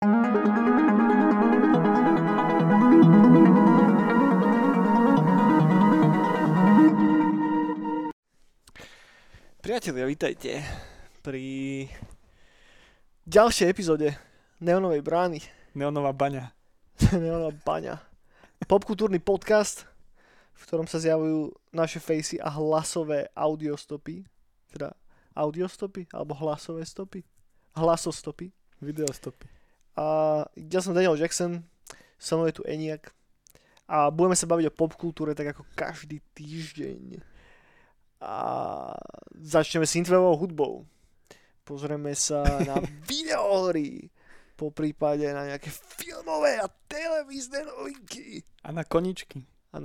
Priatelia, vítajte pri ďalšej epizóde Neonovej brány. Neonová baňa. Neonová baňa. Popkultúrny podcast, v ktorom sa zjavujú naše fejsy a hlasové audiostopy. Teda audiostopy alebo hlasové stopy? Hlasostopy. Videostopy. A ja som Daniel Jackson, so mnou je tu Eniak a budeme sa baviť o popkultúre tak ako každý týždeň. A začneme synthwaveovou hudbou. Pozrieme sa na videohry, po prípade na nejaké filmové a televízne novinky. A na koničky. A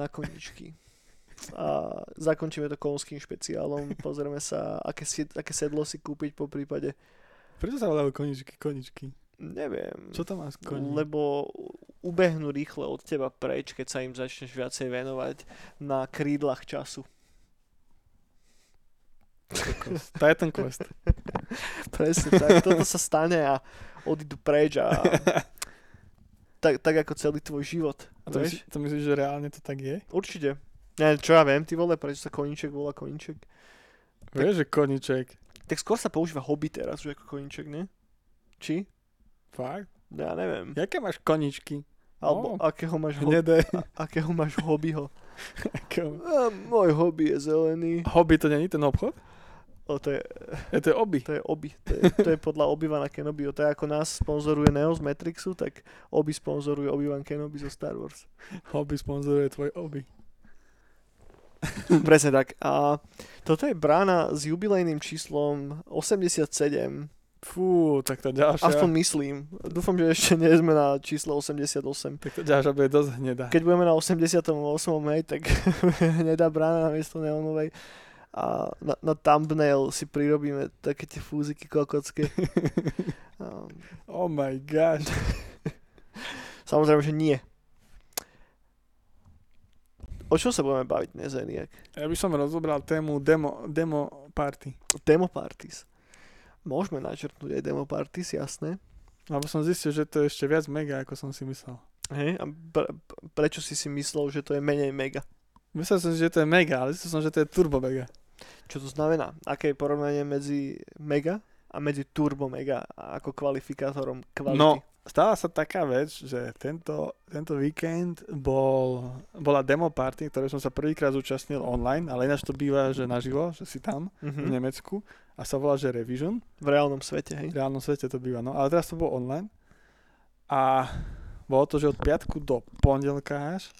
zakončíme to konským špeciálom. Pozrieme sa, aké sedlo si kúpiť po prípade. Prečo sa volajú koničky? Neviem. Čo tam má s koní? Lebo ubehnú rýchle od teba preč, keď sa im začneš viacej venovať na krídlach času. To je ten quest. Presne tak, toto sa stane a odídu preč a tak ako celý tvoj život. A to myslíš, že reálne to tak je? Určite. Ja, čo ja viem, ty vole, prečo sa koníček volá koníček? Vieš, že koníček. Tak skôr sa používa hobby teraz, už ako koníček, ne? Či? Fakt? Ja neviem. Jaké máš koničky? Alebo akého máš akého máš hobbyho? Môj hobby je zelený. Hobby to není ten obchod? To je obi. To je obi. To je podľa Obi-Wana Kenobiho. To je ako nás sponzoruje Neo z Matrixu, tak Obi sponzoruje Obi-Wan Kenobi zo Star Wars. Hobby sponzoruje tvoj Obi. Presne tak. A toto je brána s jubilejným číslom 87. Fú, tak to ďalšia. Aspoň myslím. Dúfam, že ešte nie sme na číslo 88. Tak to ďalšia bude dosť hnedá. Keď budeme na 88. hej, tak hnedá brána namiesto neonovej. A na thumbnail si prirobíme také tie fúziky kokocké. Oh my gosh. Samozrejme, že nie. O čom sa budeme baviť dnes, Eniak? Ja by som rozobral tému demo party. Demo parties. Môžeme načrtnúť aj demo parties, jasné. Lebo som zistil, že to je ešte viac mega, ako som si myslel. Hej, a prečo si myslel, že to je menej mega? Myslel som, že to je mega, ale zistil som, že to je turbo mega. Čo to znamená? Aké je porovnanie medzi mega a medzi turbo mega ako kvalifikátorom kvality? No, stala sa taká vec, že tento víkend bola demo party, ktoré som sa prvýkrát zúčastnil online, ale ináč to býva, že naživo, že si tam v Nemecku a sa volá, že Revision. V reálnom svete, hej? V reálnom svete to býva, no, ale teraz to bolo online a bolo to, že od piatku do pondelka až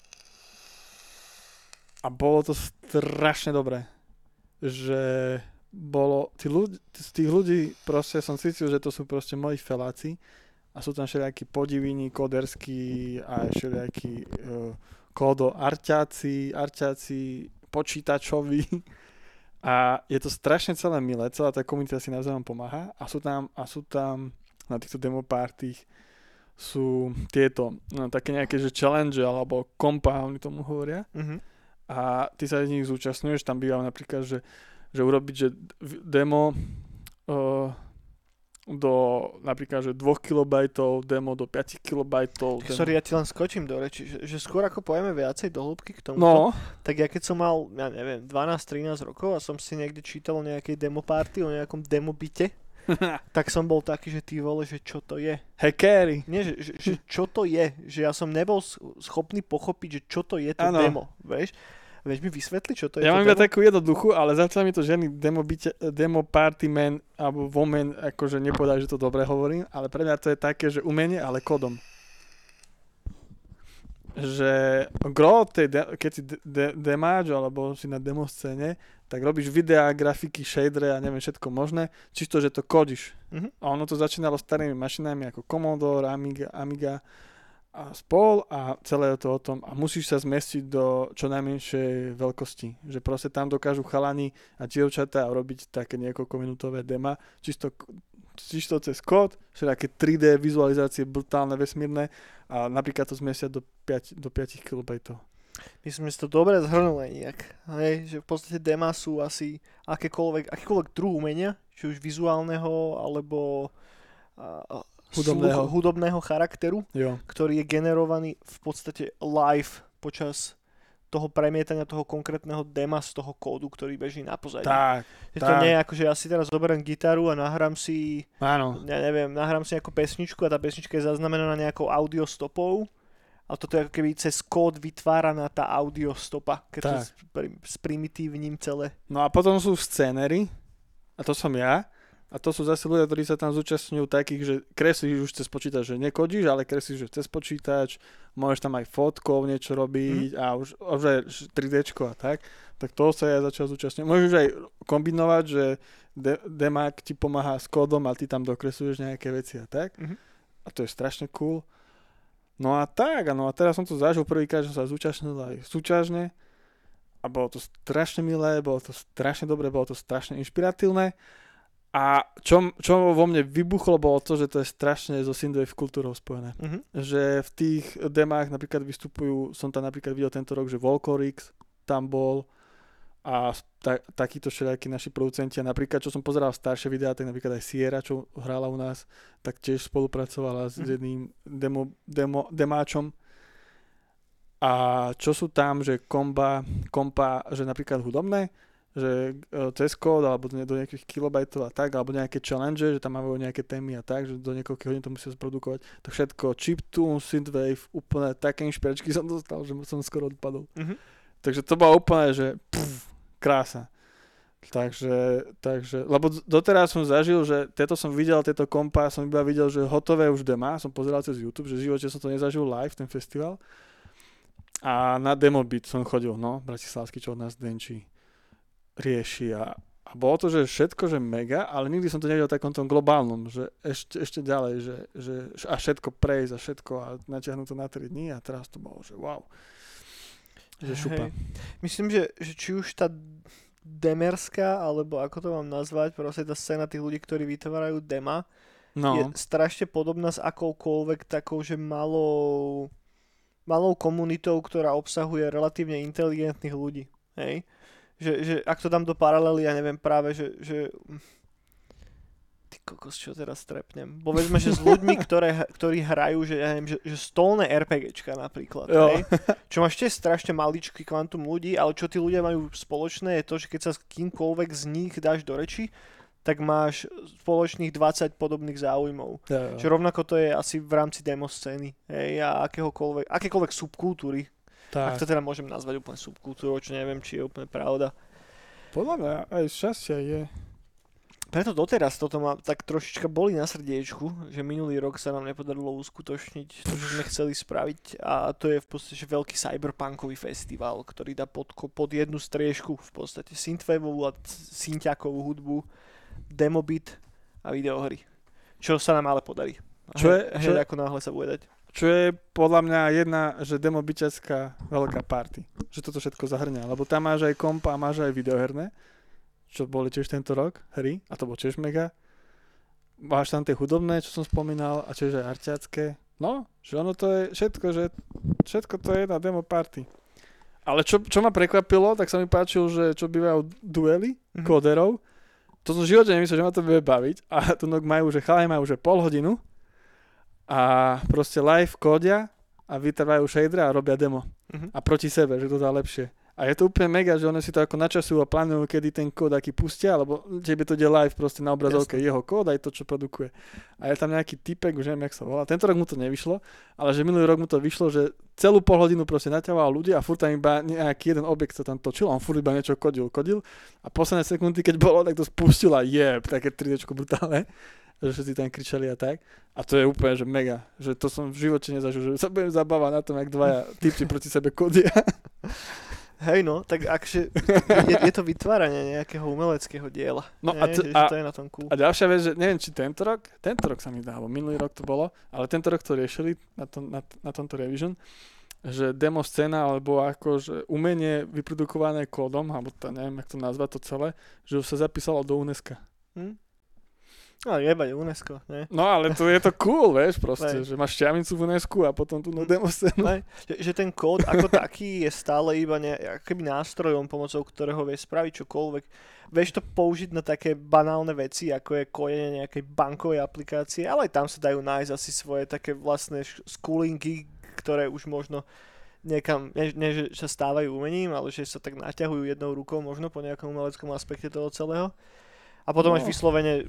a bolo to strašne dobré. Že bolo, z tých ľudí proste som cítil, že to sú proste moji feláci a sú tam všelijakí podivíni, koderskí a všelijakí arťáci, počítačoví a je to strašne celé milé, celá tá komunita si navzájom pomáha a sú tam na týchto demopartých sú tieto také nejaké, že challenge alebo compoundy tomu hovoria. A ty sa z nich zúčastňuješ, tam býva napríklad, že urobiť, že demo do napríklad, že 2 KB, demo do 5 KB. Sorry, ja ti len skočím do reči, že skôr ako pojeme viacej do hĺbky k tomuto, no. Tak ja keď som mal, ja neviem, 12-13 rokov a som si niekde čítal o nejakej demo party, o nejakom demo byte, tak som bol taký, že ty vole, že čo to je. Hackery. Nie, že čo to je, že ja som nebol schopný pochopiť, že čo to je to demo, vieš? Vieš mi vysvetliť, čo to je? Ja mám iba takú jednoduchú, ale zatiaľ mi to žiadny demo party man alebo woman akože nepovedali, že to dobre hovorím, ale pre mňa to je také, že umenie, ale kodom. Že keď si demáč alebo si na demo scéne, tak robíš videá, grafiky, shadery a neviem všetko možné, čisto, že to kodíš. A ono to začínalo starými mašinami ako Commodore, Amiga a spol a celé je to o tom a musíš sa zmestiť do čo najmenšej veľkosti. Že proste tam dokážu chalani a dievčatá robiť také niekoľkominútové dema, čisto cez kód, všetké 3D vizualizácie brutálne, vesmírne a napríklad to zmestia do 5 KB. Myslím, že to dobre zhrnul nejak. Hej, že v podstate dema sú asi akýkoľvek druh umenia, či už vizuálneho, alebo hudobného charakteru, jo. ktorý je generovaný v podstate live počas toho premietania toho konkrétneho dema z toho kódu, ktorý beží na pozadí. Tak. To nie je ako, že ja si teraz zoberiem gitaru a nahrám si, áno. ja neviem, nahrám si nejakú pesničku a tá pesnička je zaznamenaná nejakou audiostopou, ale toto je ako keby cez kód vytváraná tá audiostopa, keď to sprimitívním celé. No a potom sú scenery, a to som ja, a to sú zase ľudia, ktorí sa tam zúčastňujú takých, že kreslíš už cez počítač, že nekodíš, ale kreslíš cez počítač, môžeš tam aj fotkov niečo robiť a už aj 3Dčko a tak. Tak toho sa ja začal zúčastňovať. Môžeš aj kombinovať, že demák ti pomáha s kódom a ty tam dokresluješ nejaké veci a tak. A to je strašne cool. No a teraz som to zažil prvýkrát, že som sa zúčastnil aj súťažne a bolo to strašne milé, bolo to strašne dobré, bolo to strašne inšpiratívne. A čo vo mne vybuchlo, bolo to, že to je strašne so synthwave kultúrou spojené. Že v tých demách napríklad vystupujú, som tam napríklad videl tento rok, že Volcorix tam bol a takíto všelijakí naši producenti. A napríklad, čo som pozeral staršie videá, tak napríklad aj Sierra, čo hrála u nás, tak tiež spolupracovala s jedným demáčom. A čo sú tam, že kompa, že napríklad hudobné, že cez kód alebo do nejakých kilobajtov a tak, alebo nejaké challenge, že tam máme nejaké témy a tak, že do niekoľkých hodín to musia sprodukovať. To všetko, chiptune, synthwave, úplne také inšpiračky som dostal, že som skoro odpadol. Takže to bolo úplne, že krása. Takže, lebo doteraz som zažil, že som videl, tieto kompa, som iba videl, že hotové už dema, som pozeral cez YouTube, že v živote som to nezažil live, ten festival. A na Demobit som chodil, bratislavský, čo od nás Denči rieši a bolo to, že všetko, že mega, ale nikdy som to nevidel v takom tom globálnom, že ešte ďalej, že a všetko prejsť a všetko a natiahnuť to na 3 dní a teraz to bolo, že wow. Že šupa. Myslím, že či už tá demerská, alebo ako to mám nazvať, proste tá scéna tých ľudí, ktorí vytvárajú dema, je strašne podobná s akoukoľvek takou, že malou komunitou, ktorá obsahuje relatívne inteligentných ľudí. Hej? Že ak to dám do paralely, ja neviem práve, že ty kokos, čo teraz trepnem. Povedzme, že s ľuďmi, ktorí hrajú, že ja neviem, že stolné RPGčka napríklad. Hej? Čo máš tiež strašne maličký kvantum ľudí, ale čo tí ľudia majú spoločné je to, že keď sa s kýmkoľvek z nich dáš do reči, tak máš spoločných 20 podobných záujmov. Že rovnako to je asi v rámci demo scény. Hej? A akékoľvek subkultúry. Tak. Ak to teda môžem nazvať úplne subkultúrou, čo neviem, či je úplne pravda. Podľa mňa aj šťastia je. Preto doteraz toto ma tak trošička boli na srdiečku, že minulý rok sa nám nepodarilo uskutočniť to, čo sme chceli spraviť a to je v podstate veľký cyberpunkový festival, ktorý dá pod jednu striežku v podstate synthwaveovú a synťakovú hudbu, demobit a videohry. Čo sa nám ale podarí. Čo ako náhle sa bude dať. Čo je podľa mňa jedna, že demobiťacká veľká party. Že toto všetko zahrňa. Lebo tam máš aj kompa a máš aj videoherné, čo boli tiež tento rok, hry, a to bolo tiež mega. Máš tam tie hudobné, čo som spomínal, a tiež aj arťacké. No, že ono to je všetko, že všetko to je jedna demo party. Ale čo ma prekvapilo, tak sa mi páčilo, že čo bývajú duely kóderov. To som v živote nemyslel, že ma to bude baviť. A tu majú, že chalaj majú, že pol hodinu a proste live kódia a vytrvajú shadery a robia demo. A proti sebe, že to dá lepšie. A je to úplne mega, že oni si to ako načasujú a plánujú, kedy ten kód aký pustia, lebo tebe to ide live proste na obrazovke jeho kód aj to, čo produkuje. A je tam nejaký typek, už neviem, jak sa volá. Tento rok mu to nevyšlo, ale že minulý rok mu to vyšlo, že celú pol hodinu proste naťahoval ľudí a furt tam iba nejaký jeden objekt sa tam točil, a on furt iba niečo kodil a posledné sekundy, keď bolo, tak to spustil a také 3Dčko brutálne, že všetci tam kričali a tak. A to je úplne, že mega, že to som v živote nezažil, že sa budem zabávať na tom, jak dvaja typci proti sebe kodia. Hej no, tak akže je to vytváranie nejakého umeleckého diela. No to je na tom cool. A ďalšia vec, že neviem, či tento rok sa mi dá, alebo minulý rok to bolo, ale tento rok to riešili na tomto revision, že demo scéna, alebo akože umenie vyprodukované kódom, alebo to neviem, jak to nazvať to celé, že už sa zapísalo do UNESCO. No, jebať UNESCO, ne? No ale to je to cool, vieš, proste, Ne. že máš šťavnicu v UNESCO a potom tú demo scénu. Ne? Že ten kód ako taký je stále iba keby nástrojom, pomocou ktorého vieš spraviť čokoľvek. Vieš to použiť na také banálne veci, ako je kojenie nejakej bankovej aplikácie, ale aj tam sa dajú nájsť asi svoje také vlastné schoolingy, ktoré už možno niekam, nie že sa stávajú umením, ale že sa tak naťahujú jednou rukou možno po nejakom umeleckom aspekte toho celého. A potom máš vyslovene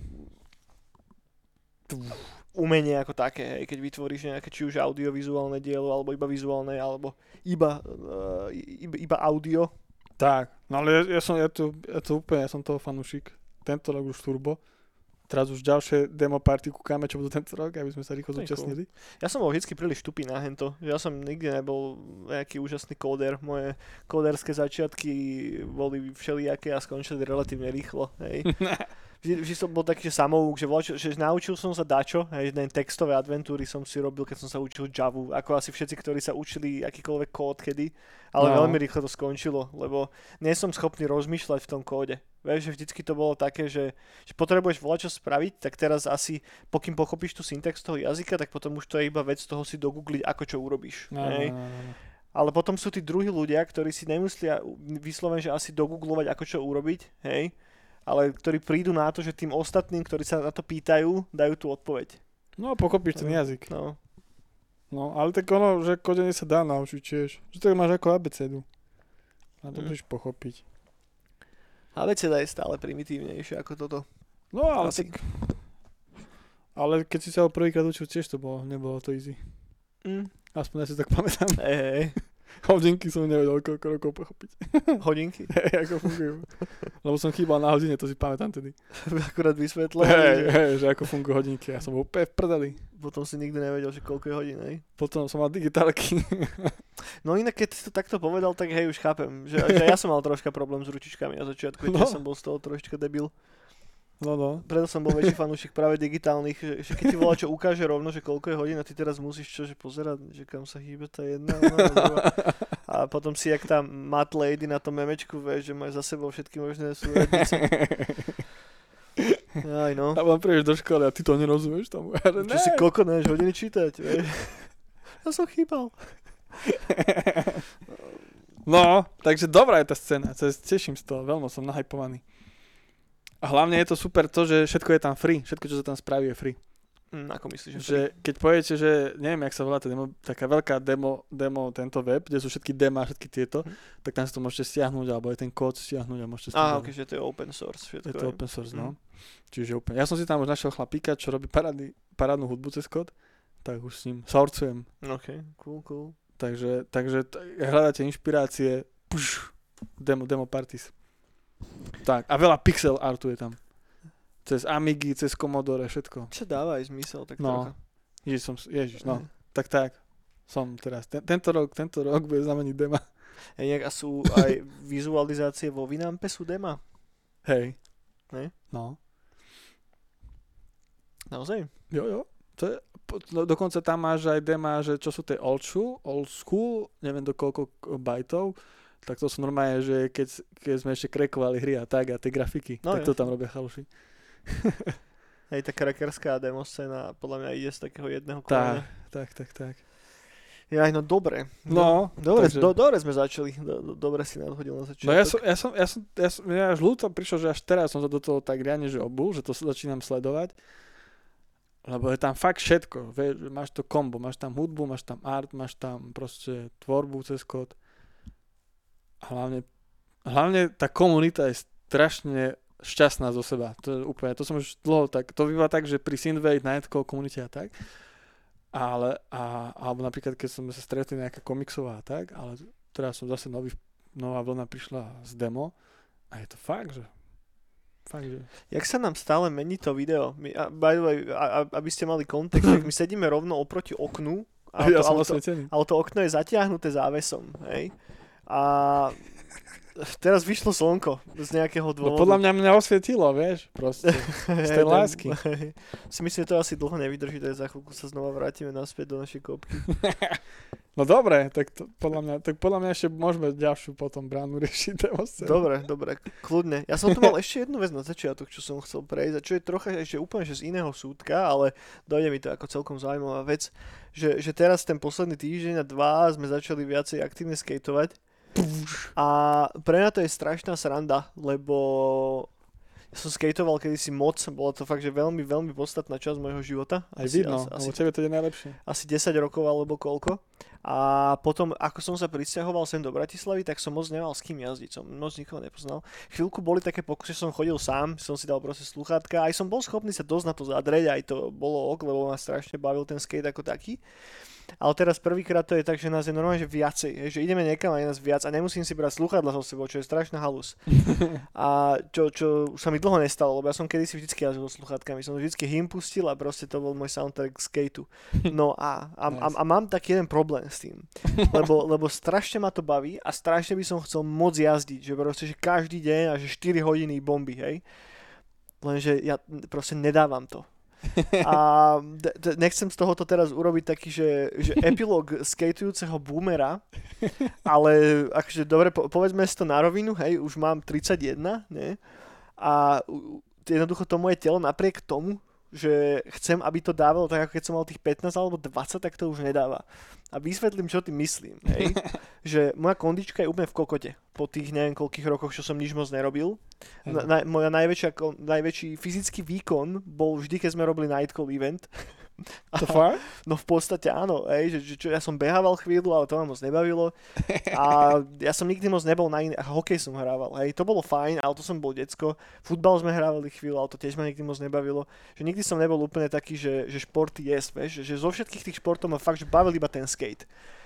umenie ako také, hej, keď vytvoríš nejaké či už audiovizuálne dielo, alebo iba vizuálne, alebo iba audio. Tak, no ale ja som toho fanúšik. Tento rok už turbo. Teraz už ďalšie demo party kúkame, čo budú tento rok, aby sme sa rýchlo zúčastnili. Ja som bol vždycky príliš tupý na hento. Ja som nikdy nebol nejaký úžasný kóder. Moje kóderské začiatky boli všelijaké a skončili relatívne rýchlo. Hej. Vždy som bol taký, že samouk, že naučil som sa dačo, hej, textové adventúry som si robil, keď som sa učil Javu, ako asi všetci, ktorí sa učili akýkoľvek kód kedy, ale veľmi rýchlo to skončilo, lebo nie som schopný rozmýšľať v tom kóde. Vieš, že vždycky to bolo také, že potrebuješ čo spraviť, tak teraz asi, pokým pochopíš tú syntax toho jazyka, tak potom už to je iba vec toho si dogoogliť, ako čo urobíš. No. Ale potom sú tí druhí ľudia, ktorí si nemyslia vyslovene, že asi dogooglovať, ako čo urobiť, hej, ale ktorí prídu na to, že tým ostatným, ktorí sa na to pýtajú, dajú tú odpoveď. No, pochopíš ten jazyk. No, ale tak ono, že kodenie sa dá naučiť tiež. Že to máš ako abecedu. A to budeš pochopiť. Abeceda je stále primitívnejšia ako toto. No, ale tak... Ale keď si sa ho prvýkrát učil, tiež to nebolo to easy. Aspoň ja si tak pamätám. Hej. Hodinky som nevedel koľko rokov pochopiť. Hodinky? Hej, ako fungujú. Lebo som chýbal na hodine, to si pamätám tedy. Akurát vysvetlil. Hej, že ako fungujú hodinky. Ja som bol úplne v prdeli. Potom si nikdy nevedel, že koľko je hodín, hej? Potom som mal digitálky. No inak, keď si to takto povedal, tak hej, už chápem. Že ja som mal troška problém s ručičkami na začiatku, keď som bol z toho trošička debil. No. Preto som bol väčší fanúšik práve digitálnych, že keď ti volá, čo ukáže rovno, že koľko je hodín a ty teraz musíš že pozerať, že kam sa hýbe tá jedna. A potom si jak tá Matt Lady na tom memečku, vieš, že máš za sebou všetky možné súradnice. Aj no. A vám prídeš do školy a ty to nerozumieš tomu. Čo si koľko nevieš hodiny čítať, vieš. Ja som chýbal. No, takže dobrá je tá scéna. Teším z toho, veľmi som nahypovaný. A hlavne je to super to, že všetko je tam free. Všetko, čo sa tam spraví, je free. Ako myslíš, že free? Že keď poviete, že neviem, jak sa volá taká veľká demo tento web, kde sú všetky demá, všetky tieto, tak tam si to môžete stiahnuť, alebo aj ten kód stiahnuť a môžete stiahnuť. Okay, že to je open source. Všetko je to open source, no. Čiže úplne. Ja som si tam už našiel chlapíka, čo robí parádnu hudbu cez kód, tak už s ním sourcujem. OK, cool. Takže hľadáte inšpirácie, demo parties. Tak, a veľa pixel artu je tam. Cez Amigy, cez Commodore, všetko. Čo dáva aj zmysel, tak trocha. Ježiš, no. Tak. Som teraz. Tento rok bude znameniť dema. A sú aj vizualizácie vo Winampe sú dema? Hej. Ne? No. Naozaj? Jo. Dokonca tam máš aj dema, že čo sú tie old school, neviem do koľko bajtov, tak to sú normálne, že keď sme ešte krekovali hry a tak a tie grafiky, tak to tam robia chaluši. Hej, tá crackerská demo scéna podľa mňa ide z takého jedného koľa. Tak. Ja, no dobre. No, dobre sme začali. Dobre si nadhodil na začiatok. No ja až ľúto prišiel, že až teraz som sa do toho tak riadne, že obul, že to začínam sledovať. Lebo je tam fakt všetko. Máš to kombo, máš tam hudbu, máš tam art, máš tam proste tvorbu cez kód. A hlavne tá komunita je strašne šťastná zo seba. To je úplne, to som už dlho tak, to býva tak, že pri Synthwave, Nightcore komunite a tak, alebo napríklad, keď sme sa stretli nejaká komiksová a tak, ale teraz som zase nová vlna prišla z demo a je to fakt, že Jak sa nám stále mení to video? By the way, aby ste mali kontext, tak my sedíme rovno oproti oknu, ale to okno je zatiahnuté závesom, hej? A teraz vyšlo slnko z nejakého dôvodu. No podľa mňa osvietilo, vieš, proste. Z tej lásky. Si myslím, že to asi dlho nevydrží, tak za chvíľku sa znova vrátime naspäť do našej kopky. No dobre, tak podľa mňa ešte môžeme ďalšiu potom bránu riešiť. Dobre, kľudne. Ja som tu mal ešte jednu vec na začiatok, čo som chcel prejsť, a čo je trocha ešte úplne z iného súdka, ale dojde mi to ako celkom zaujímavá vec, že teraz ten posledný týždeň a 2 sme začali viacej aktívne skateovať a pre mňa to je strašná sranda, lebo ja som skateoval kedysi moc, bola to fakt, že veľmi, veľmi podstatná časť môjho života. Aj vidno, lebo tebe to je najlepšie. Asi 10 rokov alebo koľko. A potom, ako som sa prisťahoval sem do Bratislavy, tak som moc nemal s kým jazdiť, som moc nikoho nepoznal. Chvíľku boli také pokusy, že som chodil sám, som si dal proste slúchadka, aj som bol schopný sa dosť na to zadrieť, aj to bolo lebo ma strašne bavil ten skate ako taký. Ale teraz prvýkrát to je tak, že nás je normálne že viacej, že ideme niekam a je nás viac a nemusím si brať slúchadla so sebou, čo je strašná halus. A čo sa mi dlho nestalo, lebo ja som kedysi vždycky jazdil so slúchadkami, som vždycky hymn pustil a proste to bol môj soundtrack skateu. No a mám taký jeden problém s tým, lebo strašne ma to baví a strašne by som chcel moc jazdiť, že proste že každý deň a že 4 hodiny bomby, hej. Lenže ja proste nedávam to. A nechcem z tohoto teraz urobiť taký, že epilóg skatujúceho boomera, ale akože dobre, povedzme si to na rovinu, hej, už mám 31, ne? A jednoducho to moje telo napriek tomu, že chcem, aby to dávalo tak, ako keď som mal tých 15 alebo 20, tak to už nedáva. A vysvetlím, čo tým myslím, hej. Že moja kondička je úplne v kokote po tých neviem koľkých rokoch, čo som nič moc nerobil. Moja najväčší fyzický výkon bol vždy, keď sme robili night call event. To fakt? No v podstate áno, že ja som behával chvíľu, ale to ma moc nebavilo. A ja som nikdy moc nebol na iné, hokej som hrával, hej, to bolo fajn, ale to som bol decko. Futbal sme hrávali chvíľu, ale to tiež ma nikdy moc nebavilo. Že nikdy som nebol úplne taký, že športy vieš, že zo všetkých tých športov ma fakt, že bavil iba ten skate.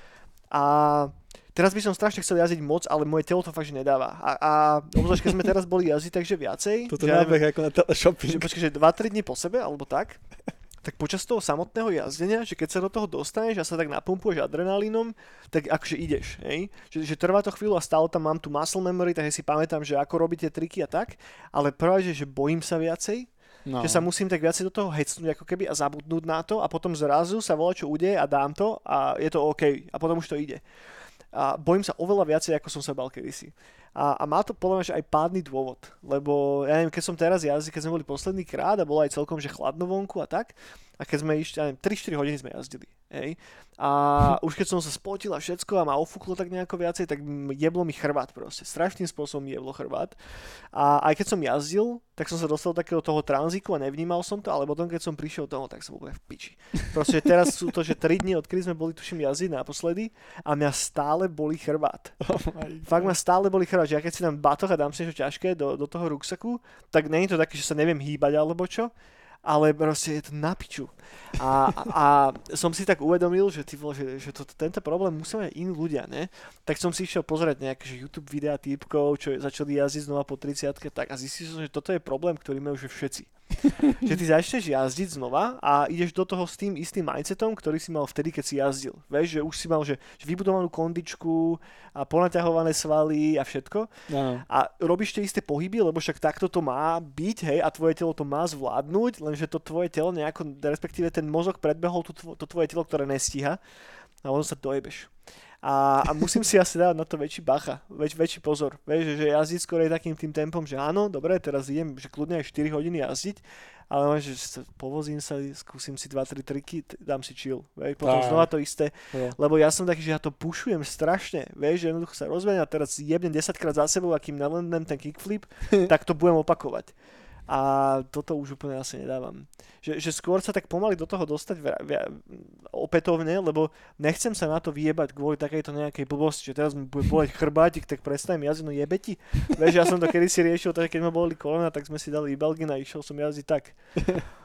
A teraz by som strašne chcel jazdiť moc, ale moje telo to fakt, že nedáva. A obzvlášť, keď sme teraz boli jazdiť, takže viacej. Toto nábeh ako na teleshopping. Počkaj, že 2-3 dní po sebe, alebo tak. Tak počas toho samotného jazdenia, že keď sa do toho dostaneš a sa tak napumpuješ adrenalínom, tak akože ideš, hej? Že trvá to chvíľu a stále tam mám tu muscle memory, tak si pamätám, že ako robíte triky a tak, ale práve, že bojím sa viacej, že sa musím tak viacej do toho hecnúť ako keby a zabudnúť na to a potom zrazu sa volá, čo udeje a dám to a je to OK a potom už to ide. A bojím sa oveľa viacej, ako som sa bal kedysi. A má to podľa mňa že aj pádny dôvod, lebo ja neviem, keď som teraz jazdil, keď sme boli posledný krát a bolo aj celkom že chladno vonku a tak, a keď sme išli, ja neviem, 3-4 hodiny sme jazdili, hej. A už keď som sa spotil a všetko a ma ofúklo tak nejako viacej, tak jeblo mi chrbát proste, strašným spôsobom mi jeblo chrbát. A aj keď som jazdil, tak som sa dostal do takého toho tranziku a nevnímal som to, ale potom keď som prišiel domov, tak som bol v piči. Proste teraz sú to, že 3 dni, odkedy sme boli tuším jazdiť naposledy a mňa stále boli chrbát. Fakt ma stále boli chrbát. Že ja keď si dám batoh a dám si niečo ťažké do toho ruksaku, tak nie je to také, že sa neviem hýbať alebo čo, ale proste je to na piču. A som si tak uvedomil, že tento problém musia mať iní ľudia, ne? Tak som si išiel pozerať nejaké YouTube videá týpkov, čo začali jazdiť znova po 30-ke, tak a zistil som, že toto je problém, ktorý majú už všetci. Že ty začneš jazdiť znova a ideš do toho s tým istým mindsetom, ktorý si mal vtedy, keď si jazdil. Vieš, že už si mal že vybudovanú kondičku a ponaťahované svaly a všetko. No. A robíš tie isté pohyby, lebo však takto to má byť, hej, a tvoje telo to má zvládnuť, lenže to tvoje telo nejako, respektíve ten mozog predbehol to tvoje telo, ktoré nestíha a ono sa dojebeš. A musím si asi dávať na to väčší bacha, väčší pozor. Vieš, že jazdiť skôr takým tým tempom, že áno, dobre, teraz idem, že kľudne aj 4 hodiny jazdiť, ale že povozím sa, skúsim si 2-3 triky, dám si chill. Vieš, potom znova to isté, lebo ja som taký, že ja to pušujem strašne, vieš, že jednoducho sa rozbeň a teraz jebnem 10 krát za sebou, akým nelendnem ten kickflip, tak to budem opakovať. A toto už úplne asi nedávam. Že skôr sa tak pomaly do toho dostať opätovne, lebo nechcem sa na to vyjebať kvôli takejto nejakej blbosti, že teraz mi bude boleť chrbátik, tak prestanem jazdiť, no jebe ti. Vieš, ja som to kedysi riešil, tak keď ma boli kolena, tak sme si dali Ibelgin a išiel som jazdiť tak.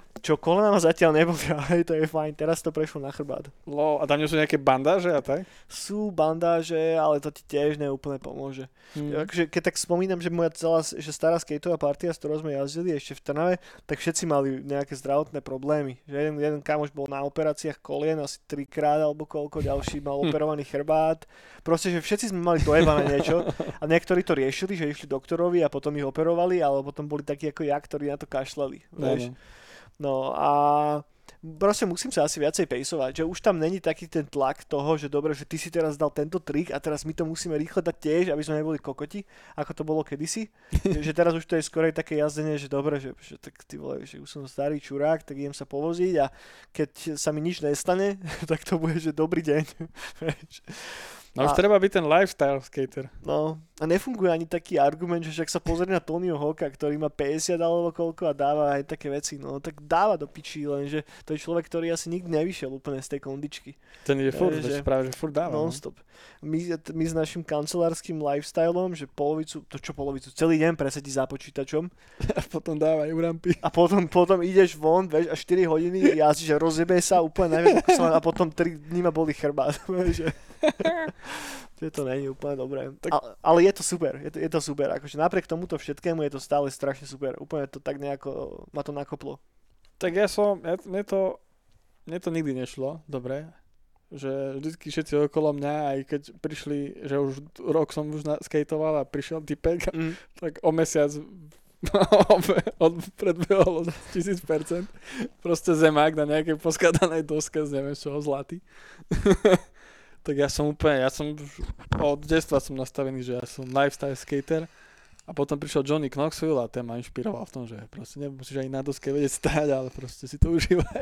Čo kolena ma zatiaľ neboli, ale to je fajn, teraz to prešlo na chrbát. A tam nie sú nejaké bandáže a tak? Sú bandáže, ale to ti tiež neúplne pomôže. Takže keď tak spomínam, že moja že stará skateová partia, s ktorou sme jazdili ešte v Trnave, tak všetci mali nejaké zdravotné problémy. Že jeden kamoš bol na operáciách kolien asi 3-krát alebo koľko, ďalší mal operovaný chrbát. Proste, že všetci sme mali dojebané niečo a niektorí to riešili, že išli doktorovi a potom ich operovali, ale potom boli takí ako ja, ktorí na to kašľali. Vieš? No a proste musím sa asi viacej pejsovať, že už tam není taký ten tlak toho, že dobre, že ty si teraz dal tento trik a teraz my to musíme rýchlo dať tiež, aby sme neboli kokoti, ako to bolo kedysi. Že teraz už to je skôr také jazdenie, že dobre, že tak ty vole, že už som starý čurák, tak idem sa povoziť a keď sa mi nič nestane, tak to bude, že dobrý deň. No už treba byť ten lifestyle skater. No a nefunguje ani taký argument, že však sa pozrie na Tonyho Hawka, ktorý má 50 alebo koľko a dáva aj také veci, no tak dáva do pičí, lenže to je človek, ktorý asi nikdy nevyšiel úplne z tej kondičky. Ten je furt, práve, že furt dáva. Non-stop. My s našim kancelárskym lifestylom, že polovicu, celý deň presedí za počítačom. A potom dávajú rampy. A potom ideš von, vieš, a 4 hodiny jazdíš, že rozjebe sa úplne najviac, a potom 3 dní ma boli chrbát, vieš, že to nie je úplne dobré. Ale je to super, je to super. Akože napriek tomuto všetkému je to stále strašne super. Úplne to tak nejako ma to nakoplo. Tak mne to nikdy nešlo, dobre. Že vždycky všetci okolo mňa, aj keď prišli, že už rok som už skateoval a prišiel typek, tak o mesiac predbehol 1000%. Proste zemák na nejakej poskladanej doske z neviem čoho, zlatý. Tak ja som od detstva som nastavený, že ja som lifestyle skater a potom prišiel Johnny Knoxville a ten ma inšpiroval v tom, že proste nemusíš ani na doske vedieť stáť, ale proste si to užívaj.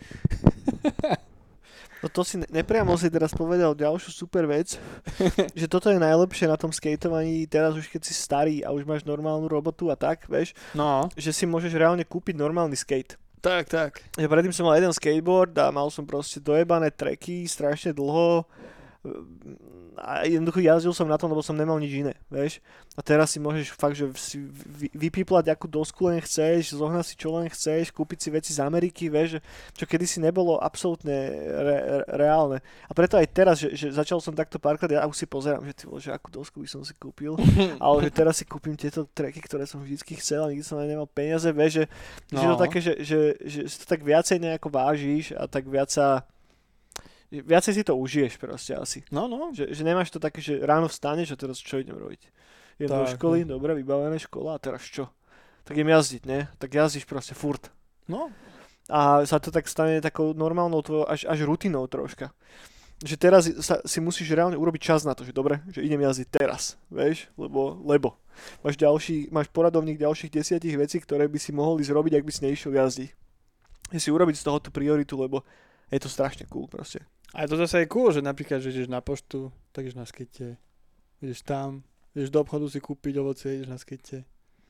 No to si nepriamo si teraz povedal ďalšiu super vec, že toto je najlepšie na tom skateovaní teraz už keď si starý a už máš normálnu robotu a tak, vieš, že si môžeš reálne kúpiť normálny skate. Tak. Ja predtým som mal jeden skateboard a mal som proste dojebané treky strašne dlho a jednoducho jazdil som na tom, lebo som nemal nič iné, vieš. A teraz si môžeš fakt, že si vypíplať akú dosku len chceš, zohnať si čo len chceš, kúpiť si veci z Ameriky, vieš, čo kedysi nebolo absolútne reálne. A preto aj teraz, že začal som takto párkrát, ja už si pozerám, že akú dosku by som si kúpil, ale že teraz si kúpim tieto treky, ktoré som vždycky chcel a nikdy som aj nemal peniaze, vieš, že to také, že si to tak viacej nejako vážiš a tak viacej si to užiješ proste asi. No. Že nemáš to také, že ráno vstaneš a teraz čo idem robiť? Idem do školy, dobre, vybavené škola a teraz čo? Tak idem jazdiť, ne? Tak jazdíš proste furt. No. A sa to tak stane takou normálnou tvojou až rutinou troška. Že teraz si musíš reálne urobiť čas na to, že dobre, že idem jazdiť teraz, vieš? Lebo máš poradovník ďalších 10 vecí, ktoré by si mohol ísť robiť, ak by si neišiel jazdiť. Je si urobiť z toho tú prioritu, lebo je to strašne cool proste. A je to zase aj cool, že napríklad, že ideš na poštu, tak ideš na skate, ideš tam, ideš do obchodu si kúpiť ovocie, ideš na skate.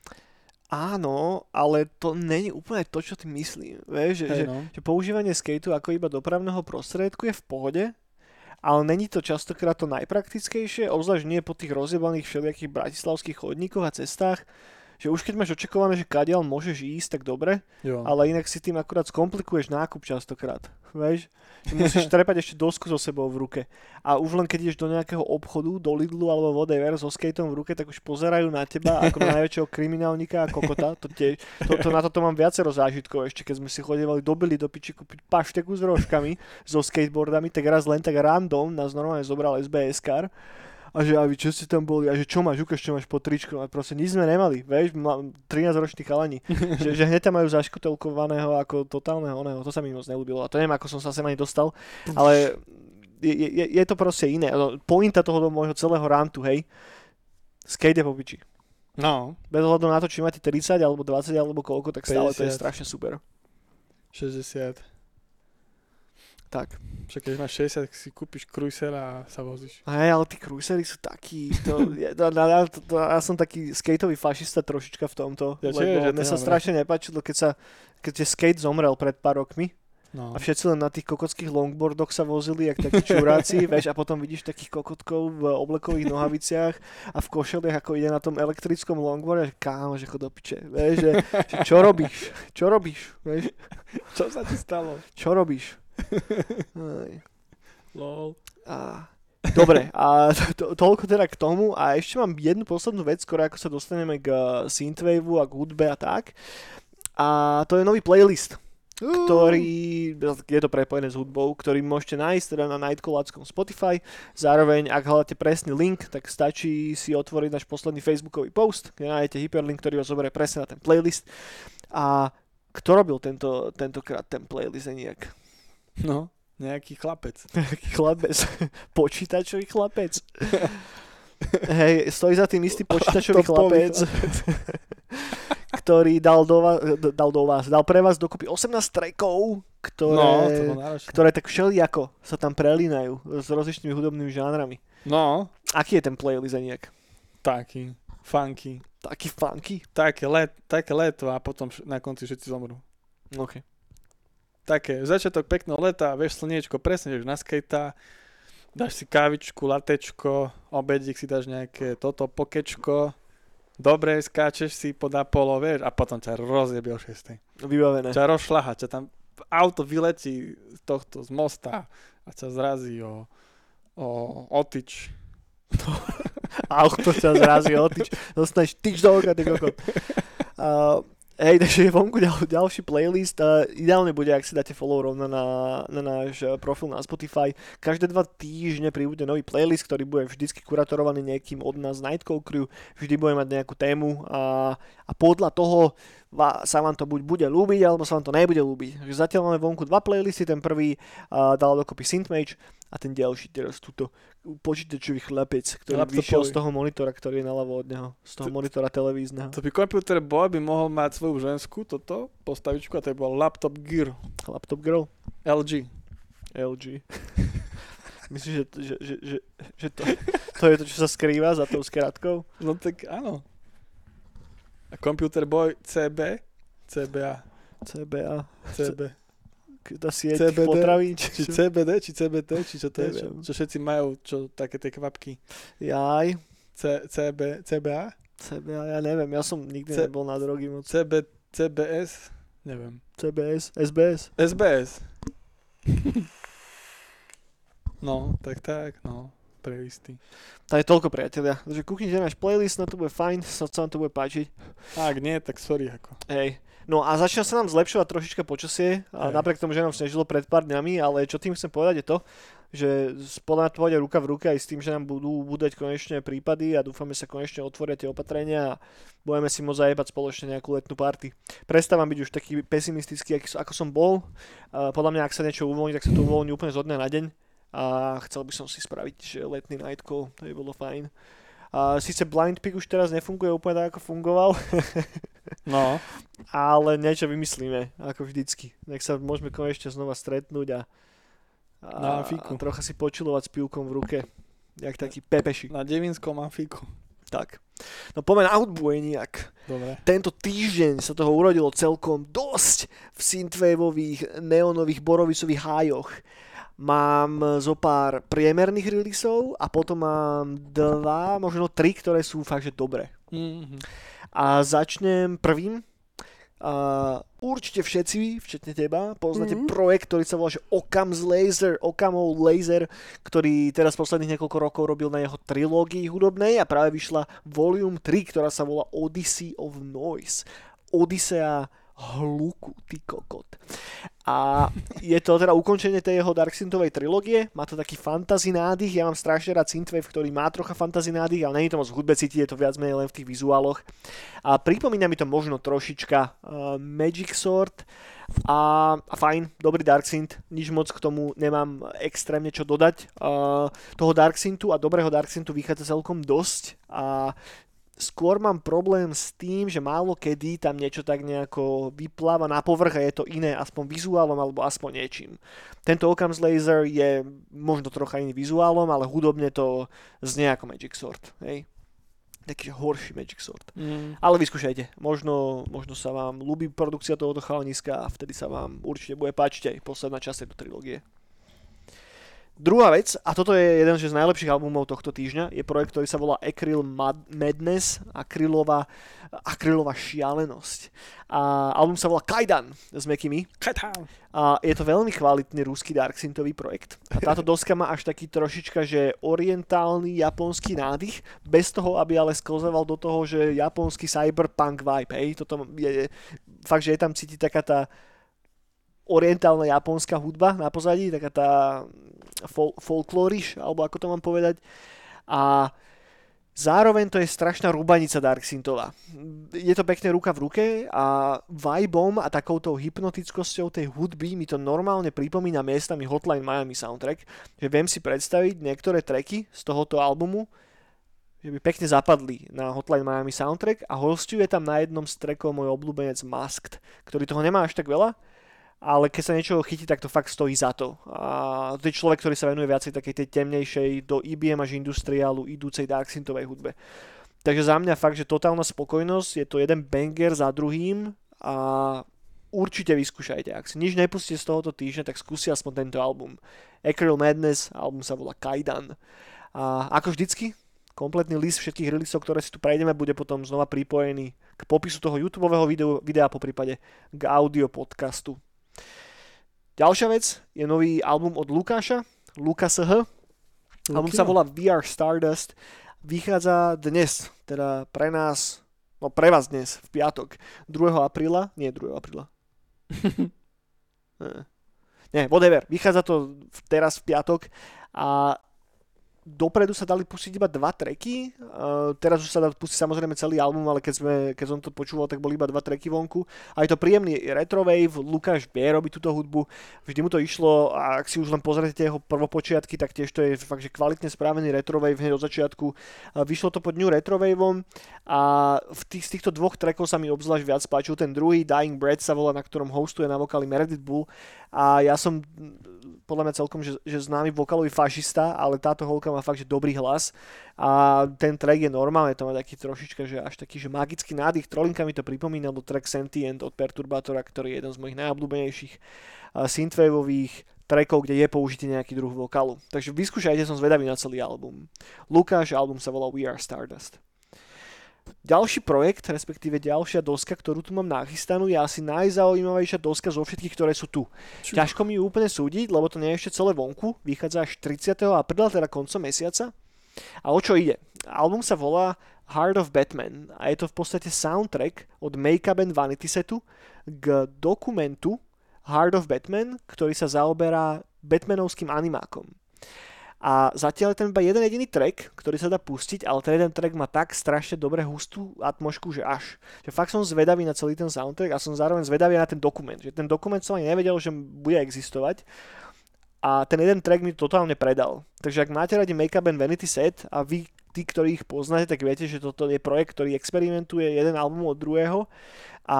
Áno, ale to není úplne to, čo ty myslím. Vieš, že používanie skateu ako iba dopravného prostriedku je v pohode, ale není to častokrát to najpraktickejšie, obzvlášť nie po tých rozjebaných všelijakých bratislavských chodníkoch a cestách, že už keď máš očakované, že kadiaľ môžeš ísť, tak dobre, ale inak si tým akurát skomplikuješ nákup častokrát, vieš? Že musíš trepať ešte dosku so sebou v ruke. A už len keď ideš do nejakého obchodu, do Lidlu alebo whatever so skateom v ruke, tak už pozerajú na teba ako na najväčšieho kriminálnika a kokota. Na toto mám viacero zážitkov ešte, keď sme si chodívali do Bily do piči kúpiť pašteku s rožkami, so skateboardami, tak raz len tak random nás normálne zobral SBS-kar. A že a vy čo ste tam boli, a že čo máš, ukáž, čo máš pod tričkom, a proste nič sme nemali, vieš, 13-roční chalani, že hneď tam majú zaškotelkovaného ako totálneho oného, to sa mi moc neľúbilo a to neviem, ako som sa sem ani dostal, ale je to proste iné, pointa toho do môjho celého rantu, hej, skate je po piči. No. Bez ohľadu na to, či máte 30 alebo 20 alebo koľko, tak stále 50. To je strašne super. 60. Tak. Však keď máš 60, si kúpiš cruiser a sa vozíš. Hej, ale tí cruisery sú takí, ja som taký skateový fašista trošička v tomto, lebo mne sa strašne nepáčilo, keď skate zomrel pred pár rokmi. No. A všetci len na tých kokotských longboardoch sa vozili, jak takí čuráci, vieš, a potom vidíš takých kokotkov v oblekových nohaviciach a v košeliach, ako ide na tom elektrickom longboarde, že kámo, že chod do piče, vieš, že čo robíš, vieš. Čo sa ti stalo? Čo robíš? Lol. Dobre, a toľko teda k tomu a ešte mám jednu poslednú vec, skoro ako sa dostaneme k synthwaveu a k hudbe a tak. A to je nový playlist, ktorý, je to prepojené s hudbou, ktorý môžete nájsť teda na Nightcalláckom Spotify. Zároveň, ak hľadáte presný link, tak stačí si otvoriť náš posledný facebookový post, kde nájdete hyperlink, ktorý vás zoberie presne na ten playlist. A kto robil tentokrát ten playlist nejak? No, nejaký chlapec. Nejaký chlapec. Počítačový chlapec. Hej, stojí za tým istý počítačový chlapec. Ktorý dal pre vás dokopy 18 trackov, ktoré tak všelijako sa tam prelínajú s rozličnými hudobnými žánrami. No. Aký je ten playlist nejak? Taký funky. Taký funky? Také leto a potom na konci všetci zomrú. OK. Také, začiatok pekného leta, vieš slniečko, presne, ideš na skejta, dáš si kávičku, latečko, obedík si dáš nejaké pokečko, dobre, skáčeš si pod Apollo, vieš, a potom ťa rozjebie o 6. Vybavené. Ťa rozšľaha, ťa tam auto vyletí z mosta a ťa zrazí o tyč. Auto ťa zrazí o tyč. Dostaneš tyč do oka, ty kokot. Hej, takže je vonku ďalší playlist. Ideálne bude, ak si dáte follow rovno na náš profil na Spotify. Každé 2 týždne príbude nový playlist, ktorý bude vždycky kuratorovaný niekým od nás Nightcall Crew. Vždy bude mať nejakú tému a podľa toho sa vám to buď bude ľúbiť, alebo sa vám to nebude ľúbiť. Takže zatiaľ máme vonku 2 playlisty. Ten prvý dal dokopy Synthmage a ten ďalší teraz túto počítačový chlapec, ktorý vyšiel z toho monitora, ktorý je naľavo od neho. Z toho monitora televízneho. To by Computer Boy by mohol mať svoju ženskú postavičku a to by bol Laptop Gear. Laptop Girl? LG. Myslíš, že to je to, čo sa skrýva za tou skratkou? No tak áno. A Computer Boy CB? CBA. Tá sieť potravín. Či CBD, či CBT, či čo to je, čo všetci majú, čo také tie kvapky. Jaj. CBA? CBA, ja neviem, ja som nikdy nebol na drogy moc. CBS? Neviem. CBS? SBS? SBS. No, tak, no. Playlisty. To je toľko, priatelia. Takže kúknite náš playlist, na to bude fajn, sa vám to bude páčiť. Ak nie, tak sorry ako. Hej. No a začína sa nám zlepšovať trošička počasie, a napriek tomu, že nám snežilo pred pár dňami, ale čo tým chcem povedať je to, že podľa mňa to pôjde ruka v ruke aj s tým, že nám budú budať konečne prípady a dúfame sa konečne otvoria tie opatrenia a budeme si môcť zajebať spoločne nejakú letnú party. Prestávam byť už taký pesimistický, ako som bol. Podľa mňa, ak sa niečo uvoľní, tak sa to uvoľní úplne zo dňa na deň a chcel by som si spraviť že letný night call, to by bolo fajn. Sice Blind Pig už teraz nefunguje úplne tak, ako fungoval. No. Ale niečo vymyslíme, ako vždycky. Nech sa môžeme konečne znova stretnúť a trocha si počulovať s pivkom v ruke. Jak taký pepešik. Na Devinskom amfíku. Tak. No poďme na hudbu nejak. Dobre. Tento týždeň sa toho urodilo celkom dosť v synthwaveových, neonových, borovicových hájoch. Mám zo pár priemerných releaseov a potom mám 2, možno 3, ktoré sú fakt, že dobré. Mm-hmm. A začnem prvým. Určite všetci, včetne teba, poznáte projekt, ktorý sa volá že Occam's Laser, ktorý teraz posledných niekoľko rokov robil na jeho trilógii hudobnej a práve vyšla Volume 3, ktorá sa volá Odyssey of Noise. Odysea hluku, ty kokot. A je to teda ukončenie tej jeho Dark Synthovej trilógie, má to taký fantasy nádych, ja mám strašne rád synthwave, ktorý má trocha fantasy nádych, ale nie je to moc v hudbe cítiť, je to viac menej len v tých vizuáloch. A pripomína mi to možno trošička Magic Sword a fajn, dobrý Dark Synth, nič moc k tomu nemám extrémne čo dodať. Toho Dark Synthu a dobrého Dark Synthu vychádza celkom dosť a skôr mám problém s tým, že málo kedy tam niečo tak nejako vypláva na povrch a je to iné aspoň vizuálom alebo aspoň niečím. Tento Occam's Laser je možno trocha iný vizuálom, ale hudobne to znie ako Magic Sword. Hej. taký horší Magic Sword. Ale vyskúšajte, možno sa vám ľúbi produkcia tohoto chalaniska a vtedy sa vám určite bude páčiť aj posledná časť tejto trilógie. Druhá vec, a toto je jeden z najlepších albumov tohto týždňa, je projekt, ktorý sa volá Acryl Madness, akrylová šialenosť. A album sa volá Kaidan s Mekimi. A je to veľmi kvalitný ruský darksyntový projekt. A táto doska má až taký trošička, že orientálny japonský nádych, bez toho, aby ale sklzoval do toho, že japonský cyberpunk vibe, hej. Toto je fakt, že je tam cítiť taká tá orientálna japonská hudba na pozadí, taká tá folklóriš, alebo ako to mám povedať. A zároveň to je strašná rubanica darksyntová. Je to pekne ruka v ruke a vibom a takouto hypnotickosťou tej hudby mi to normálne pripomína miestami Hotline Miami soundtrack, že viem si predstaviť niektoré tracky z tohoto albumu, že by pekne zapadli na Hotline Miami soundtrack a hosťuje tam na jednom z trackov môj obľúbenec Masked, ktorý toho nemá až tak veľa, ale keď sa niečo chytí, tak to fakt stojí za to. A to je človek, ktorý sa venuje viacej takej tej temnejšej, do EBM až industriálu idúcej darksyntovej hudbe. Takže za mňa fakt, že totálna spokojnosť, je to jeden banger za druhým a určite vyskúšajte. Ak si nič nepustíte z tohoto týždňa, tak skúsi aspoň tento album. Acryl Madness, album sa volá Kaidan. A ako vždycky, kompletný list všetkých releaseov, ktoré si tu prejdeme, bude potom znova pripojený k popisu toho YouTubeového videa, po prípade k audio podcastu. Ďalšia vec je nový album od Lukáša, Lukáš. Album sa volá We Are Stardust. Vychádza dnes, teda pre nás, no pre vás dnes, v piatok, 2. apríla, nie 2. apríla. Nie, whatever. Vychádza to teraz v piatok a dopredu sa dali pustiť iba 2 tracky, teraz už sa dá pustiť samozrejme celý album, ale keď som to počúval, tak boli iba 2 tracky vonku. A je to príjemný retrovave, Lukáš vie robiť túto hudbu, vždy mu to išlo a ak si už len pozriete jeho prvopočiatky, tak tiež to je fakt, že kvalitne správený retrovave hneď od začiatku. Vyšlo to pod ňu retrowaveom a z týchto 2 trackov sa mi obzvlášť viac páčil ten druhý, Dying Breath sa volá, na ktorom hostuje na vokáli Meredith Bull a ja som podľa mňa celkom, že známy vokálový fašista, ale táto holka má fakt, že dobrý hlas a ten track je normálne, to má taký trošička, že až taký, že magický nádych, trolinkami to pripomínalo track Sentient od Perturbatora, ktorý je jeden z mojich najobľúbenejších synthwaveových trackov, kde je použitý nejaký druh vokálu. Takže vyskúšajte, som zvedavý na celý album. Lukáš, album sa volá We Are Stardust. Ďalší projekt, respektíve ďalšia doska, ktorú tu mám nachystanú, je asi najzaujímavejšia doska zo všetkých, ktoré sú tu. Ťažko mi ju úplne súdiť, lebo to nie je ešte celé vonku, vychádza až 30. apríla, teda koncom mesiaca. A o čo ide? Album sa volá Heart of Batman a je to v podstate soundtrack od Make-up and Vanity setu k dokumentu Heart of Batman, ktorý sa zaoberá Batmanovským animákom. A zatiaľ je tam iba jeden jediný track, ktorý sa dá pustiť, ale ten jeden track má tak strašne dobre hustú atmosféru, že až. Že fakt som zvedavý na celý ten soundtrack a som zároveň zvedavý na ten dokument. Že ten dokument som ani nevedel, že bude existovať. A ten jeden track mi totálne predal. Takže ak máte radi Make-up and Vanity set a vy, tí, ktorí ich poznáte, tak viete, že toto je projekt, ktorý experimentuje jeden album od druhého a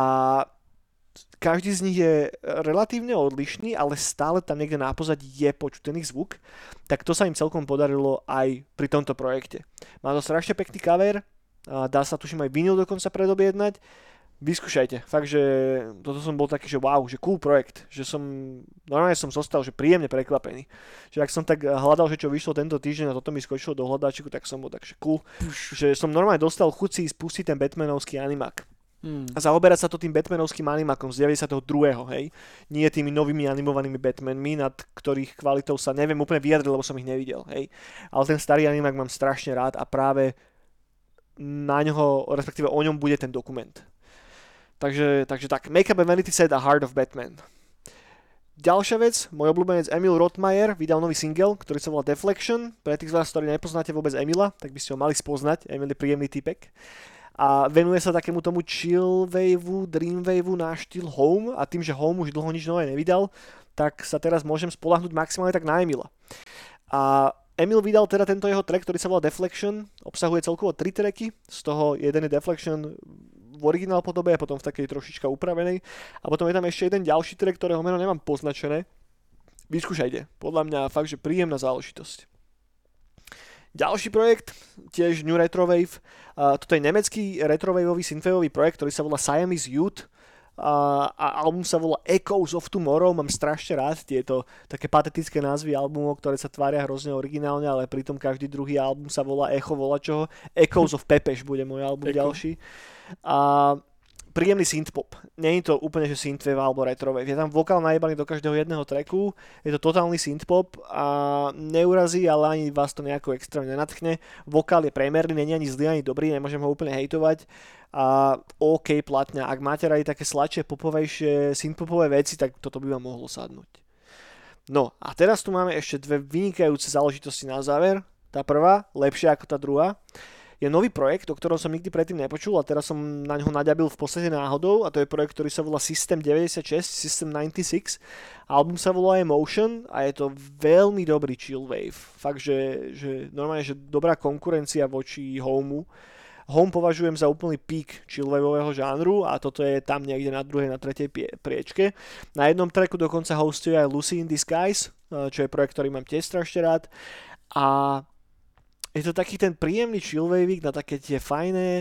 každý z nich je relatívne odlišný, ale stále tam niekde na pozadí je počuť ten ich zvuk, tak to sa im celkom podarilo aj pri tomto projekte. Má to strašne pekný cover, dá sa tuším aj vinyl dokonca predobjednať, vyskúšajte. Fakt, že toto som bol taký, že wow, že cool projekt, že normálne som zostal, že príjemne prekvapený. Že ak som tak hľadal, že čo vyšlo tento týždeň a toto mi skočilo do hľadáčiku, tak som bol tak, že cool, že som normálne dostal chuť si spustiť ten Batmanovský animák. A zaoberať sa to tým Batmanovským animákom z 92. hej. Nie tými novými animovanými Batmanmi, nad ktorých kvalitou sa neviem úplne vyjadriť, lebo som ich nevidel, hej. Ale ten starý animák mám strašne rád a práve na ňoho, respektíve o ňom bude ten dokument. Takže tak, Make-up and Vanity set a Heart of Batman. Ďalšia vec, môj obľúbenec Emil Rothmayer vydal nový single, ktorý sa volá Deflection. Pre tých z vás, ktorí nepoznáte vôbec Emila, tak by ste ho mali spoznať. Emil je príjemný typek. A venuje sa takému tomu chill waveu, dream waveu na štýl Home a tým, že Home už dlho nič nové nevydal, tak sa teraz môžem spoľahnúť maximálne tak na Emila. A Emil vydal teda tento jeho track, ktorý sa volá Deflection, obsahuje celkovo 3 tracky, z toho jeden je Deflection v originál podobe a potom v takej trošička upravenej a potom je tam ešte jeden ďalší track, ktorého meno nemám poznačené. Vyskúšajte, podľa mňa fakt, že príjemná záležitosť. Ďalší projekt, tiež New Retrowave. Toto je nemecký retrowaveový synthwaveový projekt, ktorý sa volá Siamese Youth. A album sa volá Echoes of Tomorrow. Mám strašne rád tieto také patetické názvy albumov, ktoré sa tvária hrozne originálne, ale pritom každý druhý album sa volá Echo volačoho. Echoes of Pepesh bude môj album ďalší. Príjemný synthpop. Nie je to úplne, že synthwave alebo retrowave. Je tam vokál najebaný do každého jedného tracku. Je to totálny synthpop a neurazí, ale ani vás to nejako extrémne nenatchne. Vokál je priemerný, nie je ani zlý, ani dobrý, nemôžem ho úplne hejtovať. A OK platňa. Ak máte radi také sladšie, popovejšie, synthpopové veci, tak toto by vám mohlo sadnúť. No a teraz tu máme ešte dve vynikajúce záležitosti na záver. Tá prvá, lepšia ako tá druhá. Je nový projekt, o ktorom som nikdy predtým nepočul a teraz som na ňo naďabil v podstate náhodou a to je projekt, ktorý sa volá System 96, System 96. Album sa volá Emotion a je to veľmi dobrý chillwave. Fakt, že normálne, že dobrá konkurencia voči Homeu. Home považujem za úplný peak chillwaveového žánru a toto je tam niekde na druhej, na tretej priečke. Na jednom tracku dokonca hostuje aj Lucy in Disguise, čo je projekt, ktorý mám tiež strašne rád. A je to taký ten príjemný chillwave na také tie fajné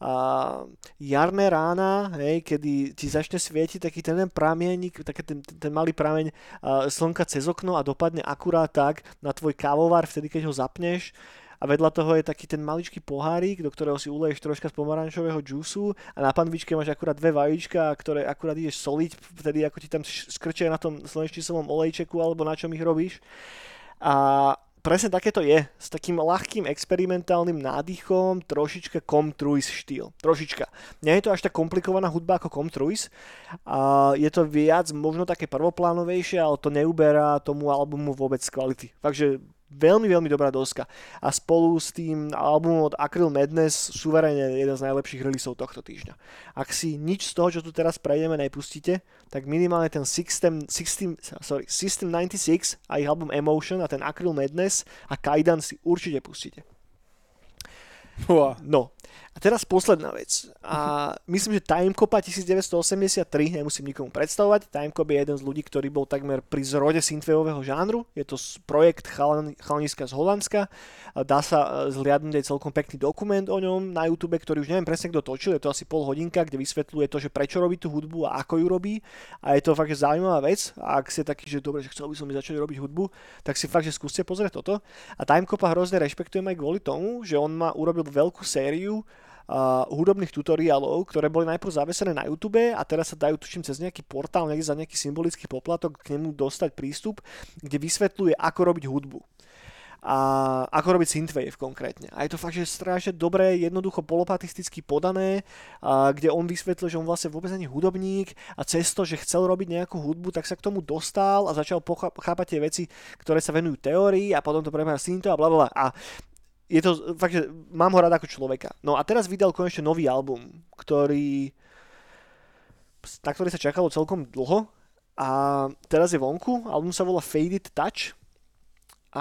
jarné rána, hej, kedy ti začne svietiť taký ten pramienik, taký ten malý prameň slnka cez okno a dopadne akurát tak na tvoj kávovar, vtedy keď ho zapneš. A vedľa toho je taký ten maličký pohárik, do ktorého si uleješ troška z pomarančového džúsu a na panvičke máš akurát dve vajíčka, ktoré akurát ideš soliť, vtedy ako ti tam skrčia na tom slnečnicovom olejčeku alebo na čom ich robíš. A presne takéto je, s takým ľahkým experimentálnym nádychom, trošička Comtruise štýl, trošička. Nie je to až tak komplikovaná hudba ako Comtruise, je to viac možno také prvoplánovejšie, ale to neuberá tomu albumu vôbec z kvality. Takže veľmi, veľmi dobrá doska. A spolu s tým albumom od Acryl Madness suverene jeden z najlepších releaseov tohto týždňa. Ak si nič z toho, čo tu teraz prejdeme, nepustíte, tak minimálne ten System 96 a ich album Emotion a ten Acryl Madness a Kaidan si určite pustíte. No, a teraz posledná vec. A myslím, že Timecopa 1983, nemusím nikomu predstavovať, Timecop je jeden z ľudí, ktorý bol takmer pri zrode synthwaveového žánru. Je to projekt chalaniska z Holandska. Dá sa zhliadnúť aj celkom pekný dokument o ňom na YouTube, ktorý už neviem presne kto točil, je to asi pol hodinka, kde vysvetľuje to, že prečo robí tú hudbu a ako ju robí. A je to fakt že zaujímavá vec. A ak ste taký, že dobre, že chcel by som mi začať robiť hudbu, tak si fakt, že skúste pozrieť toto. A Timecopa hrozne rešpektujem aj kvôli tomu, že on ma urobil veľkú sériu hudobných tutoriálov, ktoré boli najprv zavesené na YouTube a teraz sa dajú tuším cez nejaký portál, niekde za nejaký symbolický poplatok k nemu dostať prístup, kde vysvetľuje, ako robiť hudbu. A ako robiť synthwave konkrétne. A je to fakt, že strašne dobré, jednoducho polopatisticky podané, kde on vysvetlil, že on vlastne vôbec nie je hudobník a cez to, že chcel robiť nejakú hudbu, tak sa k tomu dostal a začal chápať tie veci, ktoré sa venujú teórii a potom to prebieha synto a blablabla. A je to fakt, že mám ho rád ako človeka. No a teraz vydal konečne nový album, na ktorý sa čakalo celkom dlho a teraz je vonku. Album sa volá Faded Touch a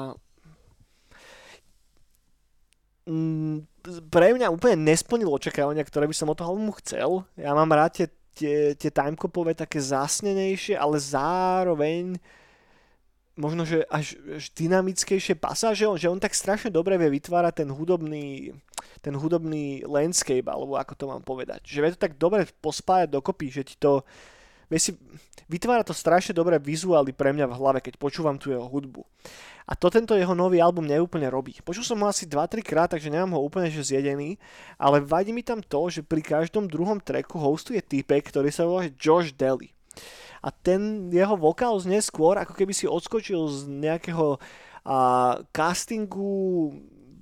pre mňa úplne nesplnil očakávania, ktoré by som od toho albumu chcel. Ja mám rád tie timecopové také zásnenejšie, ale zároveň možno, že až dynamickejšie pasáže, že on tak strašne dobre vie vytvárať ten hudobný landscape, alebo ako to mám povedať. Že vie to tak dobre pospájať dokopy, že ti to vytvára to strašne dobré vizuály pre mňa v hlave, keď počúvam tú jeho hudbu. A to tento jeho nový album neúplne robí. Počul som ho asi 2-3 krát, takže nemám ho úplne že zjedený, ale vadí mi tam to, že pri každom druhom tracku hostuje týpek, ktorý sa volá Josh Daly. A ten jeho vokál znie skôr, ako keby si odskočil z nejakého castingu,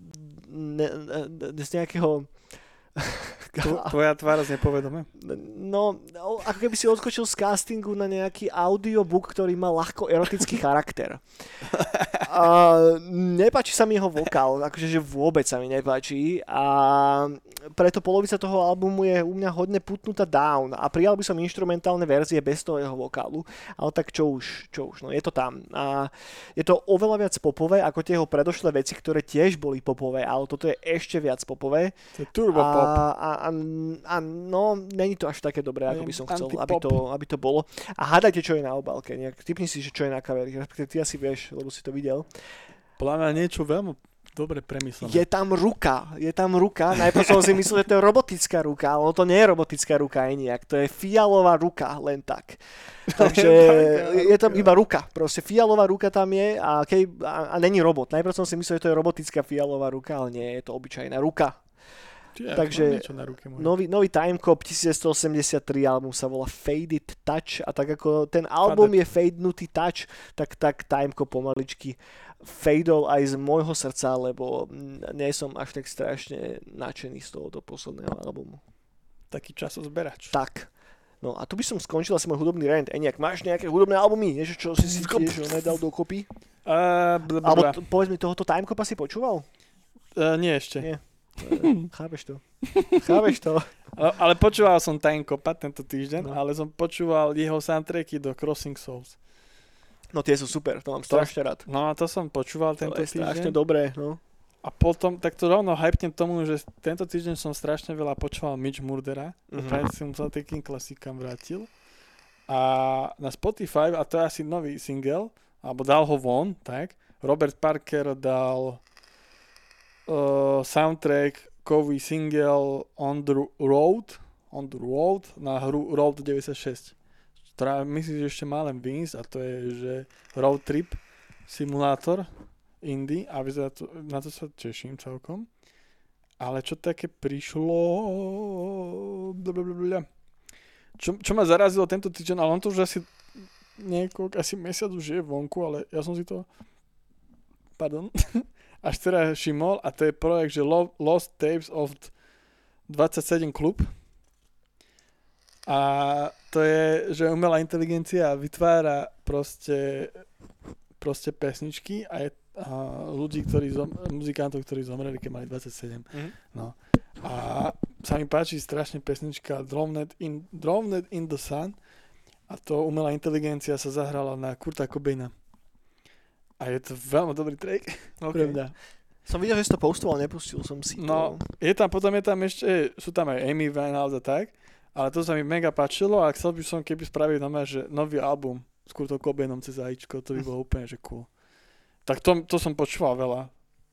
z nejakého... Tvoja tvára z nepovedome? No, ako keby si odskočil z castingu na nejaký audiobook, ktorý má ľahko erotický charakter. Nepáči sa mi jeho vokál, akože že vôbec sa mi nepáči a preto polovica toho albumu je u mňa hodne putnutá down a prijal by som inštrumentálne verzie bez toho jeho vokálu, ale tak čo už, no je to tam. A je to oveľa viac popové ako tie jeho predošlé veci, ktoré tiež boli popové, ale toto je ešte viac popové. To je turbo pop. A no, není to až také dobré, ako by som chcel, aby to bolo. A hádajte, čo je na obálke. Typni si, že čo je na kaveri. Respektíve ty asi vieš, lebo si to videl. Podľa mňa niečo veľmi dobre premyslené. Je tam ruka. Najprv som si myslel, že to je robotická ruka, ale ono to nie je robotická ruka aj nejak. To je fialová ruka, len tak. Takže je tam iba ruka. Proste fialová ruka tam je a není robot. Najprv som si myslel, že to je robotická fialová ruka, ale nie, je to obyčajná ruka. Takže nový Timecop 1983 album sa volá Faded Touch a tak ako ten album je fadenutý touch, tak Timecop pomaličky fadol aj z môjho srdca, lebo nie som až tak strašne nadšený z tohoto posledného albumu. Taký časozberač. Tak. No a tu by som skončil asi môj hudobný rant. Eniak, máš nejaké hudobné albumy? Niečo, čo si tiež nedal dokopy? Alebo povedz mi, tohoto Timecopa si počúval? Nie ešte. Nie. Chápeš to. Ale počúval som Timecopa tento týždeň, ale som počúval jeho soundtracky do Crossing Souls. No tie sú super, to mám strašne rád. No a to som počúval tento týždeň. To je strašne dobré, no. A potom, tak to rovno hypnem tomu, že tento týždeň som strašne veľa počúval Mitch Murdera. Opäť som sa takým klasikám vrátil. A na Spotify, a to je asi nový single, alebo dal ho von, tak, Robert Parker dal soundtrack, kový single On the Road na hru Road 96. Ktorá myslím, že ešte má len výjsť, a to je, že road trip simulátor indie a na to sa teším celkom. Ale čo také prišlo... Čo ma zarazilo tento týždeň, ale on to už asi mesiac už je vonku, ale ja som si to až teraz všimol a to je projekt, že Lost Tapes of 27 Club. A to je, že umelá inteligencia vytvára proste pesničky a ľudí, muzikantov, ktorí zomreli, keď mali 27. No. A sa mi páči strašne pesnička Drowned in the Sun a to umelá inteligencia sa zahrala na Kurta Cobaina. A je to veľmi dobrý track. Okay. Som videl, že si to postoval, nepustil som si to. No, potom je tam ešte, sú tam aj Amy Winehouse a tak, ale to sa mi mega páčilo a chcel by som, keby spravili že nový album s Kurtom Cobainom cez AIčko, to by bolo úplne, že cool. Tak to som počúval veľa.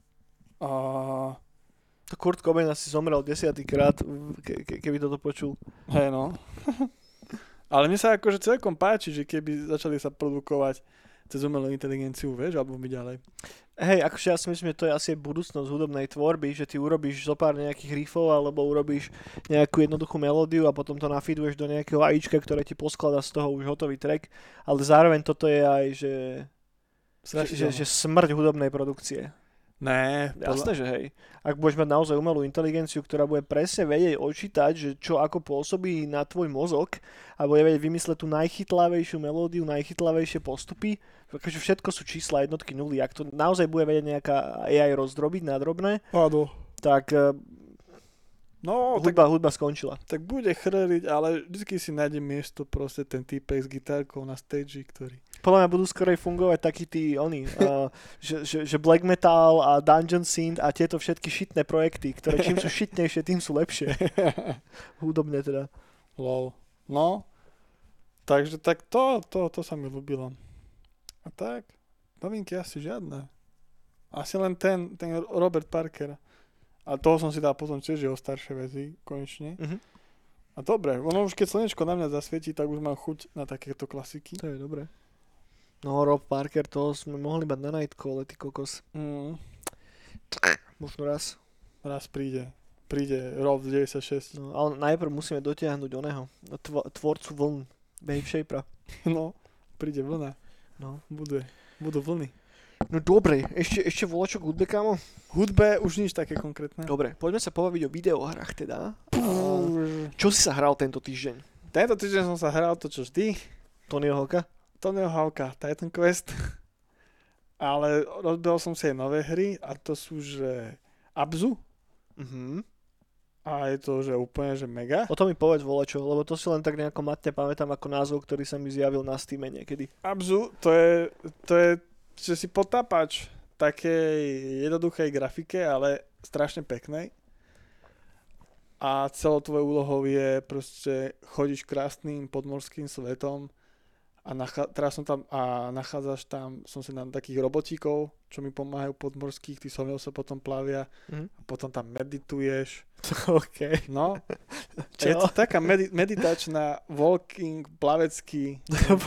Kurt Cobain asi zomrel 10. krát, keby toto počul. Hej no. Ale mne sa akože celkom páči, že keby začali sa produkovať cez umelú inteligenciu, vieš, alebo my ďalej. Hej, akože ja si myslím, že to je asi budúcnosť hudobnej tvorby, že ty urobíš zo pár nejakých riffov alebo urobíš nejakú jednoduchú melódiu a potom to nafeeduješ do nejakého AIčka, ktoré ti poskladá z toho už hotový track, ale zároveň toto je aj, že smrť hudobnej produkcie. Ne. Jasné, že hej. Ak budeš mať naozaj umelú inteligenciu, ktorá bude presne vedieť odčítať, že čo ako pôsobí na tvoj mozog a bude vedieť vymysleť tú najchytlavejšiu melódiu, najchytlavejšie postupy, pretože všetko sú čísla, jednotky, nuly. Ak to naozaj bude vedieť nejaká AI rozdrobiť na drobné, tak hudba skončila. Tak bude chrliť, ale vždy si nájde miesto proste ten týpek s gitárkou na stage, ktorý... Podľa mňa budú skorej fungovať takí tí že black metal a dungeon synth a tieto všetky šitné projekty, ktoré čím sú šitnejšie, tým sú lepšie. Hudobne teda. Lol. No, takže tak to sa mi ľúbilo. A tak, novinky asi žiadne. Asi len ten Robert Parker. A toho som si dal potom tiež jeho staršie veci, konečne. Uh-huh. A dobre, ono už keď slnečko na mňa zasvietí, tak už mám chuť na takéto klasiky. To je dobré. No, Rob Parker, toho sme mohli mať na Nightcall, ty kokos. Možno raz. Raz príde Rob 96. No, ale najprv musíme dotiahnuť oného, tvorcu vln, Babe Shapera. No, príde vlna. No. Budú vlny. No dobre, ešte volačo k hudbe, kámo? Hudbe už nič také konkrétne. Dobre, poďme sa pobaviť o videohrách teda. Čo si sa hral tento týždeň? Tento týždeň som sa hral to, čo vždy. Tonyho Hawka, Titan Quest. Ale rozbehol som si aj nové hry a to sú, že Abzu. Uh-huh. A je to, že úplne, že mega. O tom mi povedz volačo, lebo to si len tak nejako matne pamätám ako názov, ktorý sa mi zjavil na Steame niekedy. Abzu, to je že si potápač takej jednoduchej grafike, ale strašne peknej. A celou tvojou úlohou je proste chodiť krásnym podmorským svetom teraz som tam a nachádzaš tam, som si na takých robotíkov, čo mi pomáhajú podmorských, tí som sa potom plavia a potom tam medituješ. OK. No, je to taká meditačná walking, plavecký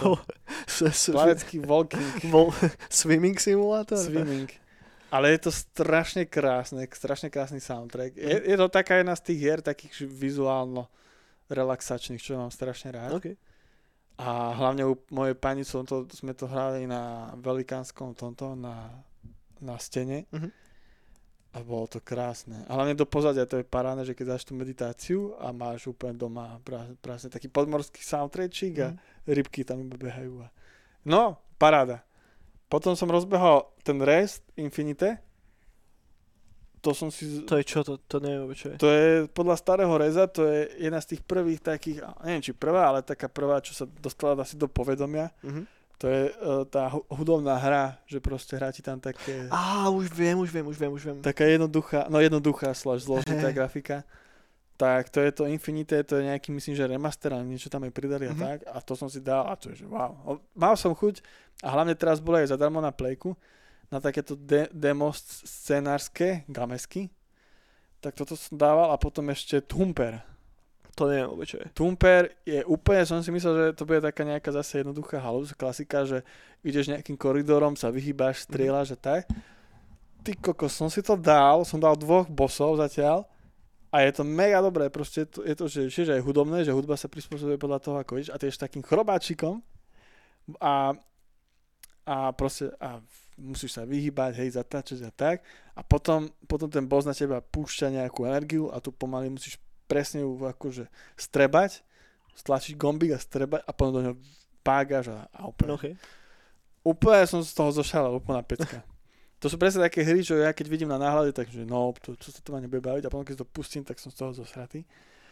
walking. Swimming simulátor? Swimming. Ale je to strašne krásny soundtrack. Je to taká jedna z tých hier, takých vizuálno relaxačných, čo mám strašne rád. Okay. A hlavne u mojej pani sme to hrali na velikánskom na stene. A bolo to krásne. A hlavne do pozadia to je parádne, že keď dáš tú meditáciu a máš úplne doma práve taký podmorský soundtrackík a rybky tam iba behajú. No, paráda. Potom som rozbehol ten Rest Infinite. To som si... To je čo? To neviem, čo je. To je podľa starého Reza, to je jedna z tých prvých takých, neviem či prvá, ale taká prvá, čo sa dostala asi do povedomia. To je tá hudobná hra, že proste hrá ti tam také... Už viem. Taká jednoduchá zložitá grafika. Tak to je to Infinite, to je nejaký, myslím, že remaster, ale niečo tam aj pridali a tak. A to som si dal a to je, že wow. Mal som chuť a hlavne teraz bolo aj zadarmo na Playku, na takéto demo scenárske gamesky. Tak toto som dával a potom ešte Thumper. To neviem vôbec, čo je. Thumper je úplne, som si myslel, že to bude taká nejaká zase jednoduchá halus, klasika, že ideš nejakým koridorom, sa vyhýbaš, strieľaš a tak. Ty kokos, som dal 2 bossov zatiaľ a je to mega dobré, proste je to že aj hudobné, že hudba sa prispôsobuje podľa toho, ako ideš a ty ješ takým chrobáčikom a proste musíš sa vyhýbať, hej, zatáčať a tak a potom ten boss na teba púšťa nejakú energiu a tu pomaly musíš presne ju akože strebať, stlačiť gombík a strebať a potom do ňoho págaš a úplne. Okay. Úplne som z toho zošalal, úplná pecka. To sú presne také hry, čo ja keď vidím na náhľade, takže no, čo sa to ma nebude baviť a potom keď to pustím, tak som z toho zosratý.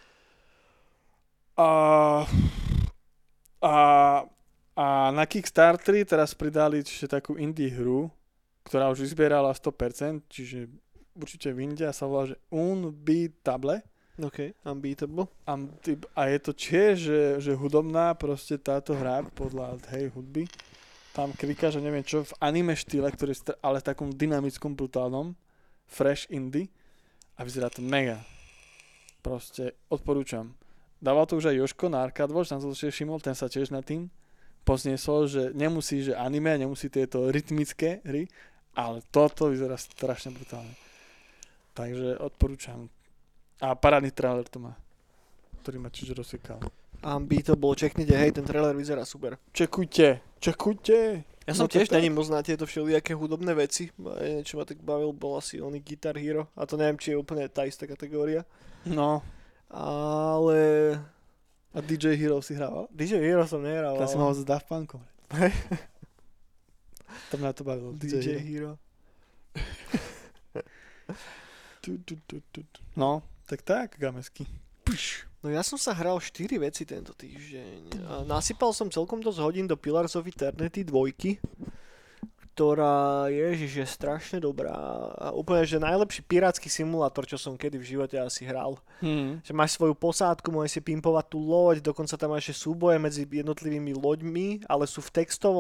A na Kickstarteri teraz pridali ešte takú indie hru, ktorá už vyzbierala 100%, čiže určite vyjde a sa volá, že Unbeatable. OK, Unbeatable. A je to tiež, že hudobná proste táto hra podľa hudby. Tam klikáš, že neviem čo, v anime štýle, ktorý je ale v takom dynamickom, brutálnom, fresh indie a vyzerá to mega. Proste odporúčam. Dával to už aj Jožko na Arcade Watch, tam som to všimol, ten sa tiež nad tým pozniesol, že nemusí, že anime, nemusí tieto rytmické hry, ale toto vyzerá strašne brutálne. Takže odporúčam. A parádny trailer to má, ktorý ma čiže rozsekal. Unbeatable, čeknite, hej, ten trailer vyzerá super. Čekujte. Ja som tiež není moc na tieto všelijaké hudobné veci. Niečo ma tak bavil, bol asi oný Guitar Hero. A to neviem, či je úplne tá istá kategória. No. Ale... A DJ Hero si hrával? DJ Hero som nehral. Ja som mal s Daft Punkom. To mňa to bavilo. DJ Hero. No, tak, gamesky. No ja som sa hral 4 veci tento týždeň. Nasypal som celkom dosť hodín do Pillars of Eternity 2, ktorá je strašne dobrá. A úplne, že najlepší pirátsky simulátor, čo som kedy v živote asi hral. Že máš svoju posádku, môžeš si pimpovať tú loď, dokonca tam máš ešte súboje medzi jednotlivými loďmi, ale sú v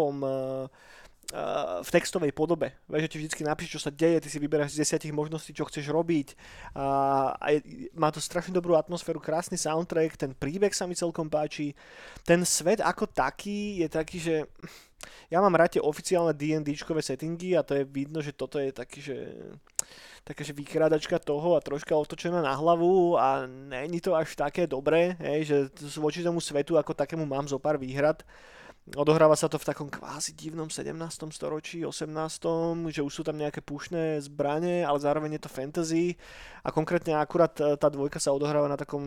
textovej podobe. Vieš, že ti vždycky napíš, čo sa deje, ty si vyberáš z 10 možností, čo chceš robiť. Má to strašne dobrú atmosféru, krásny soundtrack, ten príbeh sa mi celkom páči. Ten svet ako taký je taký, že ja mám rád tie oficiálne D&Dčkové settingy a to je vidno, že toto je taký, že taká vykrádačka toho a troška otočená na hlavu a není to až také dobré, hej, že voči tomu svetu ako takému mám zo pár výhrad. Odohráva sa to v takom kvázi divnom 17. storočí, 18., že už sú tam nejaké púšne zbrane, ale zároveň je to fantasy a konkrétne akurát tá dvojka sa odohráva na takom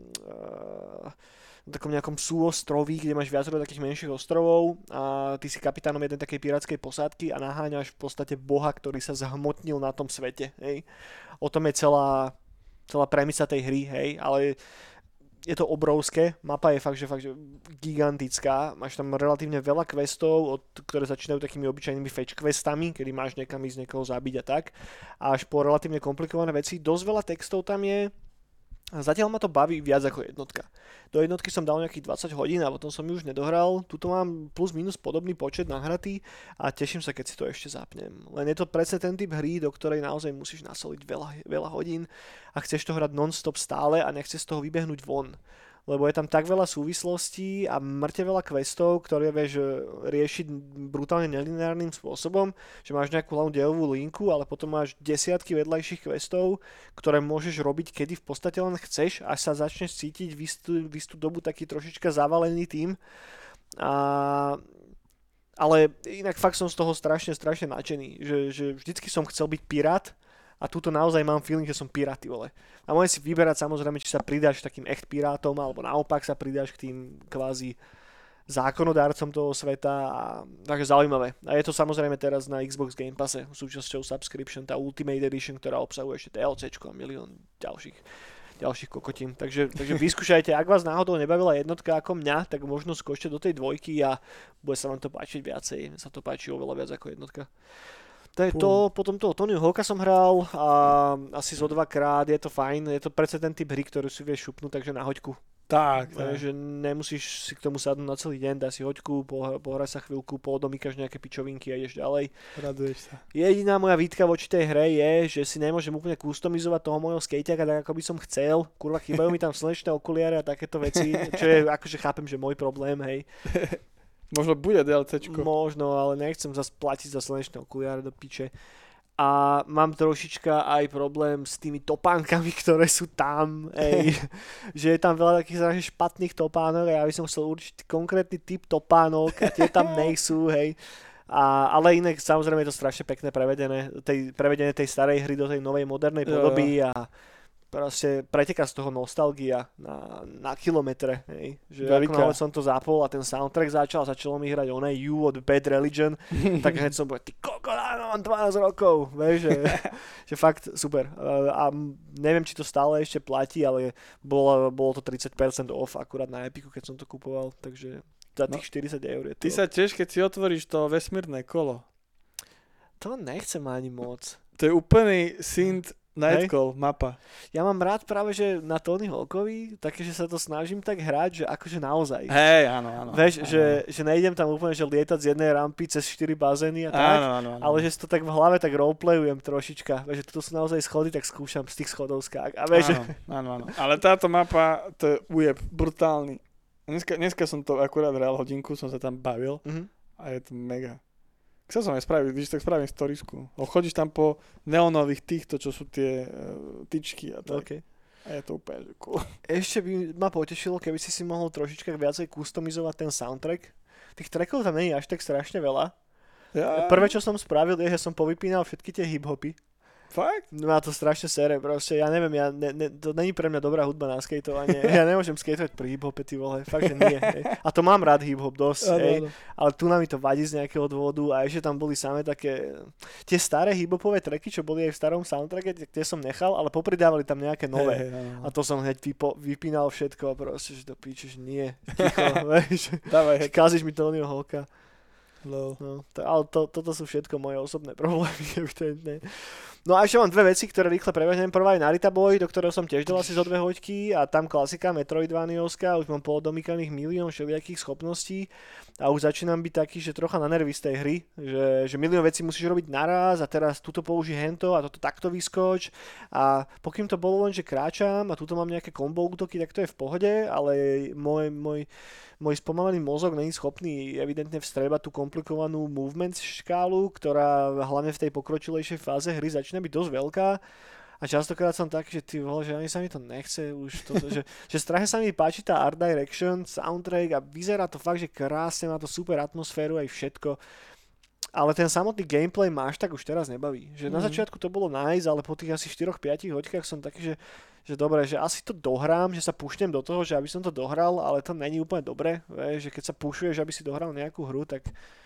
nejakom súostroví, kde máš viacero takých menších ostrovov a ty si kapitánom jednej takej pirátskej posádky a naháňaš v podstate boha, ktorý sa zhmotnil na tom svete. Hej. O tom je celá premisa tej hry, hej, ale je to obrovské, mapa je fakt, že gigantická, máš tam relatívne veľa questov, ktoré začínajú takými obyčajnými fetch questami, kedy máš niekam ísť, niekoho zabiť a tak, až po relatívne komplikované veci. Dosť veľa textov tam je, A zatiaľ ma to baví viac ako jednotka. Do jednotky som dal nejakých 20 hodín a potom som ju už nedohral. Tuto mám plus minus podobný počet nahratý a teším sa, keď si to ešte zapnem. Len je to presne ten typ hry, do ktorej naozaj musíš nasoliť veľa hodín a chceš to hrať non-stop stále a nechceš z toho vybehnúť von. Lebo je tam tak veľa súvislostí a mŕte veľa questov, ktoré vieš riešiť brutálne nelineárnym spôsobom, že máš nejakú hlavnú dielovú linku, ale potom máš desiatky vedľajších questov, ktoré môžeš robiť, kedy v podstate len chceš, až sa začneš cítiť v istú dobu taký trošička zavalený tým. Ale inak fakt som z toho strašne nadšený, že vždycky som chcel byť pirát, a tuto naozaj mám feeling, že som pirát, vole. A môžeš si vyberať samozrejme, či sa pridáš takým echt pirátom, alebo naopak sa pridáš k tým kvázi zákonodárcom toho sveta. Takže zaujímavé. A je to samozrejme teraz na Xbox Game Passe súčasťou subscription, tá Ultimate Edition, ktorá obsahuje ešte DLCčko a milión ďalších kokotín. Takže vyskúšajte, ak vás náhodou nebavila jednotka ako mňa, tak možno skočte do tej dvojky a bude sa vám to páčiť viacej. Sa to páči oveľa viac ako jednotka. To je to, potom toho Tonyho Hawka som hral a asi zo 2-krát, je to fajn, je to predsa ten typ hry, ktorú si vieš šupnúť, takže na hoďku. Tak. Že nemusíš si k tomu sadnúť na celý deň, dá si hoďku, pohraj sa chvíľku, podomýkaš nejaké pičovinky a ideš ďalej. Raduješ sa. Jediná moja výtka voči tej hre je, že si nemôžem úplne customizovať toho môjho skejťaka tak, ako by som chcel. Kurva, chýbajú mi tam slnečné okuliare a takéto veci, čo je akože chápem, že môj problém, hej. Možno bude DLCčko. Možno, ale nechcem zase platiť za slnečné okuliare do piče. A mám trošička aj problém s tými topánkami, ktoré sú tam, že je tam veľa takých špatných topánok a ja by som chcel určiť konkrétny typ topánok a tie tam nejsú, hej. Ale inak samozrejme je to strašne pekné prevedenie tej starej hry do tej novej modernej podoby a proste preteká z toho nostalgia na kilometre, hej. Že ako náhle som to zapol a ten soundtrack začalo mi hrať You od Bad Religion, tak hneď som povedal, ty koko, mám 12 rokov, vieš, že fakt super. A neviem, či to stále ešte platí, ale bolo to 30% off akurát na Epiku, keď som to kupoval, takže za tých 40 eur je to. Ty sa tiež, keď si otvoríš to vesmírne kolo. To nechcem ani moc. To je úplný synth Nightcall, mapa. Ja mám rád práve, že na Tony Hawkovi, také, že sa to snažím tak hrať, že akože naozaj. Hej, áno. Vieš, že nejdem tam úplne, že lietať z jednej rampy cez 4 bazény a tak, áno. ale že si to tak v hlave tak roleplayujem trošička. Vieš, že tu sú naozaj schody, tak skúšam z tých schodov skák. A vieš, áno. Ale táto mapa, to je ujeb, brutálny. Dneska som to akurát hral hodinku, som sa tam bavil a je to mega. Chcel som aj spraviť, když tak spravím storiesku. Chodíš tam po neonových týchto, čo sú tie tyčky a tak. Okay. A je to úplne cool. Ešte by ma potešilo, keby si mohol trošička viacej customizovať ten soundtrack. Tých trackov tam nie je až tak strašne veľa. Ja. Prvé, čo som spravil, je, že som povypínal všetky tie hip-hopy. Fakt? Má to strašne sere, proste, ja neviem, to není pre mňa dobrá hudba na skateovanie, ja nemôžem skateovať pri hip-hope, ty vole, fakt, že nie, hej. A to mám rád hip-hop dosť, hej, ale tu nám mi to vadí z nejakého dôvodu a ešte tam boli samé také, tie staré hip-hopové tracky, čo boli aj v starom soundtracke, tie som nechal, ale popridávali tam nejaké nové a to som hneď vypínal všetko a proste, že to píčeš, nie, ticho, vieš, kazíš mi Tonyho Hawka. No, ale toto sú všetko moje osobné problémy, evidentne. No a ešte mám dve veci, ktoré rýchle prebežnem. Prvá je Narita Boy, do ktorého som tiež dal asi zo 2 hoďky a tam klasika Metroidvaniovská, už mám polodomykaných milión všelijakých schopností a už začínam byť taký, že trocha na nervy z tej hry, že milión vecí musíš robiť naraz a teraz tuto použij hento a toto takto vyskoč a pokým to bolo len, že kráčam a tuto mám nejaké combo útoky, tak to je v pohode, ale môj spomalený mozog není schopný evidentne vstrebať tú komplikovanú movement škálu, ktorá hlavne v tej pokročilejšej fáze hry začína byť dosť veľká a častokrát som taký, že ty vole, že ani sa mi to nechce už že strašne sa mi páči tá art direction, soundtrack a vyzerá to fakt, že krásne, má to super atmosféru aj všetko, ale ten samotný gameplay ma až tak už teraz nebaví, že na začiatku to bolo nice, ale po tých asi 4-5 hoďkách som taký, že dobre, že asi to dohrám, že sa púšnem do toho, že aby som to dohral, ale to není úplne dobre, že keď sa púšuješ, aby si dohral nejakú hru, tak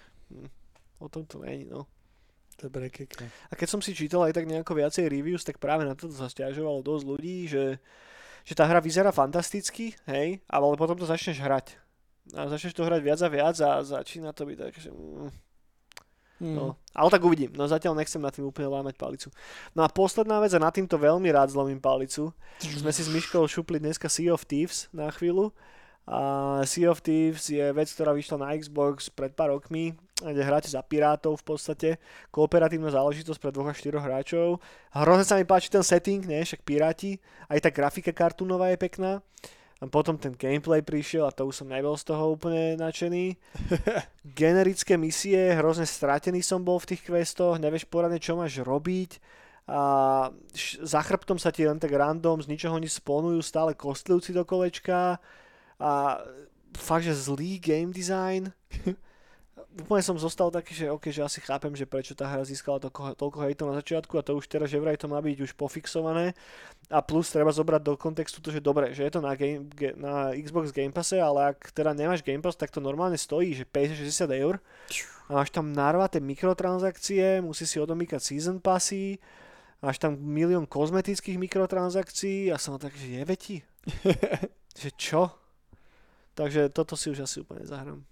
o tom to není, no. Dobre, keke. A keď som si čítal aj tak nejako viacej reviews, tak práve na to sa sťažovalo dosť ľudí, že tá hra vyzerá fantasticky, hej, ale potom to začneš hrať. A začneš to hrať viac a začína to byť tak, že No, ale tak uvidím. No zatiaľ nechcem na tým úplne lámať palicu. No a posledná vec, a na týmto veľmi rád zlomím palicu. Sme si s Myškou šupli dneska Sea of Thieves na chvíľu. A Sea of Thieves je vec, ktorá vyšla na Xbox pred pár rokmi, kde hráte za pirátov v podstate. Kooperatívna záležitosť pre 2 až 4 hráčov. Hrozne sa mi páči ten setting, ne? Však piráti. Aj tá grafika kartúnová je pekná. A potom ten gameplay prišiel a to už som nebol z toho úplne nadšený. Generické misie, hrozne stratený som bol v tých questoch, nevieš poradne, čo máš robiť. A za chrbtom sa ti len tak random z ničoho nič spawnujú stále kostlivci do kolečka. A fakt, že zlý game design. Úplne som zostal taký, že OK, že asi chápem, že prečo tá hra získala toľko hejtov na začiatku a to už teraz, že vraj to má byť už pofixované. A plus treba zobrať do kontextu to, že dobre, že je to na Xbox Game Passe, ale ak teda nemáš Game Pass, tak to normálne stojí, že 50-60 eur. A máš tam narvaté mikrotransakcie, musíš si odomýkať season passy, máš tam milión kozmetických mikrotransakcií a som tak, že jebe ti? Že čo? Takže toto si už asi úplne zahrám.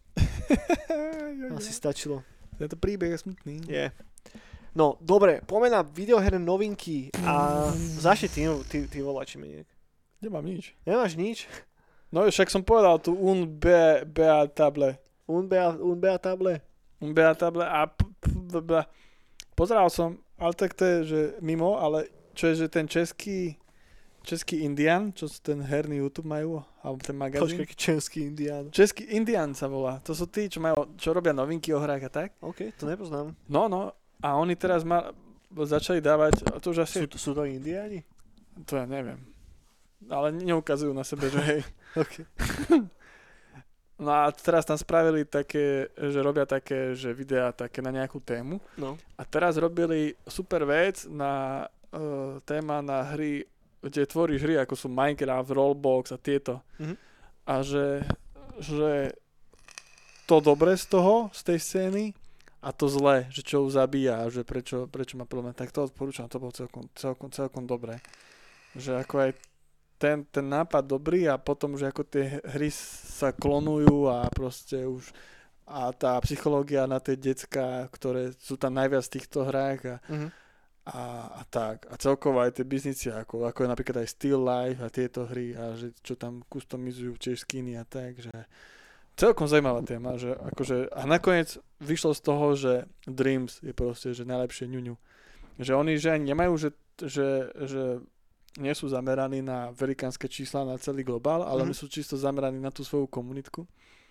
Asi stačilo. Tento príbeh je smutný. Je. No, dobre, poďme na videoherné novinky a začni ty voláčime nejak. Nemám nič. Nemáš nič? No však som povedal tu un beatable. Un beatable? Un beatable a pozeral som, ale tak to je, že mimo, ale čo je, že ten český Indian, čo ten herný YouTube majú, alebo ten magazín. Počkaj, český Indian. Český Indian sa volá. To sú tí, čo robia novinky o hrách a tak. OK, to nepoznám. No, a oni teraz začali dávať, to už asi... Sú to Indiáni? To ja neviem. Ale neukazujú na sebe, že hej. OK. No a teraz tam spravili také, že robia také, že videá také na nejakú tému. No. A teraz robili super vec na téma na hry, kde tvoríš hry, ako sú Minecraft, Roblox a tieto. Mm-hmm. A že to dobre z tej scény a to zlé, že čo ju zabíja, že prečo má problém. Tak to odporúčam, to bolo celkom dobré. Že ako aj ten nápad dobrý a potom, že ako tie hry sa klonujú a proste už a tá psychológia na tie decká, ktoré sú tam najviac v týchto hrách a tak. A celkovo aj tie biznici, ako je napríklad aj Still Life a tieto hry a že čo tam customizujú tiež skiny a tak, že celkom zaujímavá téma, že akože a nakoniec vyšlo z toho, že Dreams je proste, že najlepšie ňuňu. Že oni, že ani nemajú, že nie sú zameraní na velikánske čísla na celý globál, ale oni sú čisto zameraní na tú svoju komunitku.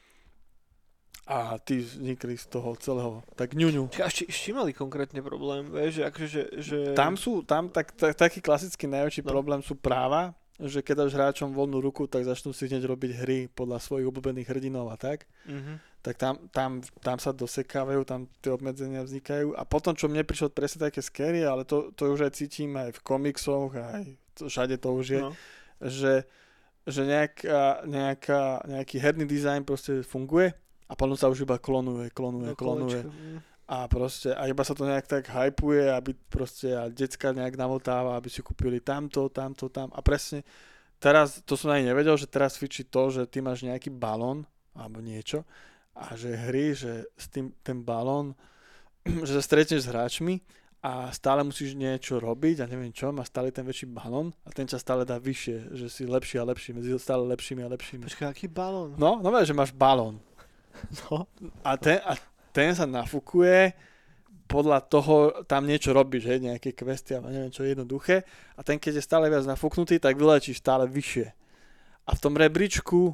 A tí vznikli z toho celého tak ňuňu. S čím mali konkrétne problém? Vieš, že... Tam taký klasický najväčší problém sú práva, že keď dáš hráčom voľnú ruku, tak začnú si hneď robiť hry podľa svojich obľúbených hrdinov a tak. Tak tam sa dosekávajú, tam tie obmedzenia vznikajú. A potom, čo mne prišlo presne také scary, ale to už aj cítim aj v komiksoch, aj všade to už je, že nejaký herný dizajn proste funguje a potom sa už iba klonuje. A proste, a iba sa to nejak tak hypuje, aby proste a decka nejak namotáva, aby si kúpili tamto. A presne, teraz, to som ani nevedel, že teraz fičí to, že ty máš nejaký balón, alebo niečo, a že hry, že s tým, ten balón, že sa stretneš s hráčmi a stále musíš niečo robiť a neviem čo, má stále ten väčší balón a ten čas stále dá vyššie, že si lepší a lepší, medzi stále lepšími a lepšími. Počkaj, aký balón? No, že máš balón. No. A ten sa nafúkuje, podľa toho tam niečo robíš, hej, nejaké questy a neviem čo, jednoduché. A ten, keď je stále viac nafúknutý, tak vylečíš stále vyššie. A v tom rebríčku